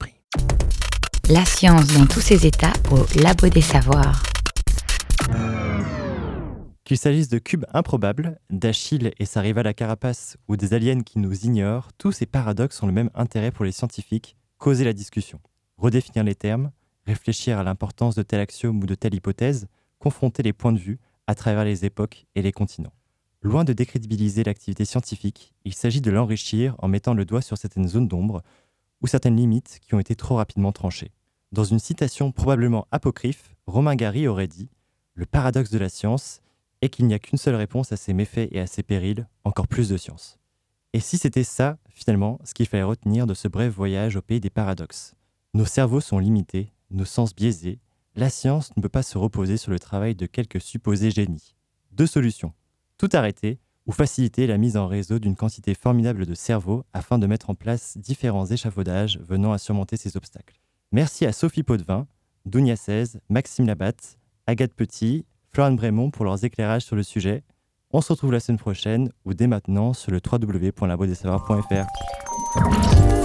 La science dans tous ses états au Labo des Savoirs. Qu'il s'agisse de cubes improbables, d'Achille et sa rivale à carapace ou des aliens qui nous ignorent, tous ces paradoxes ont le même intérêt pour les scientifiques, causer la discussion, redéfinir les termes, réfléchir à l'importance de tel axiome ou de telle hypothèse, confronter les points de vue à travers les époques et les continents. Loin de décrédibiliser l'activité scientifique, il s'agit de l'enrichir en mettant le doigt sur certaines zones d'ombre ou certaines limites qui ont été trop rapidement tranchées. Dans une citation probablement apocryphe, Romain Gary aurait dit « Le paradoxe de la science est qu'il n'y a qu'une seule réponse à ses méfaits et à ses périls, encore plus de science. » Et si c'était ça, finalement, ce qu'il fallait retenir de ce bref voyage au pays des paradoxes. Nos cerveaux sont limités, nos sens biaisés, la science ne peut pas se reposer sur le travail de quelques supposés génies. Deux solutions, tout arrêter ou faciliter la mise en réseau d'une quantité formidable de cerveaux afin de mettre en place différents échafaudages venant à surmonter ces obstacles. Merci à Sophie Potvin, Dounia seize, Maxime Labatte, Agathe Petit, Florent Brémond pour leurs éclairages sur le sujet. On se retrouve la semaine prochaine ou dès maintenant sur le w w w point labo des savoirs point f r.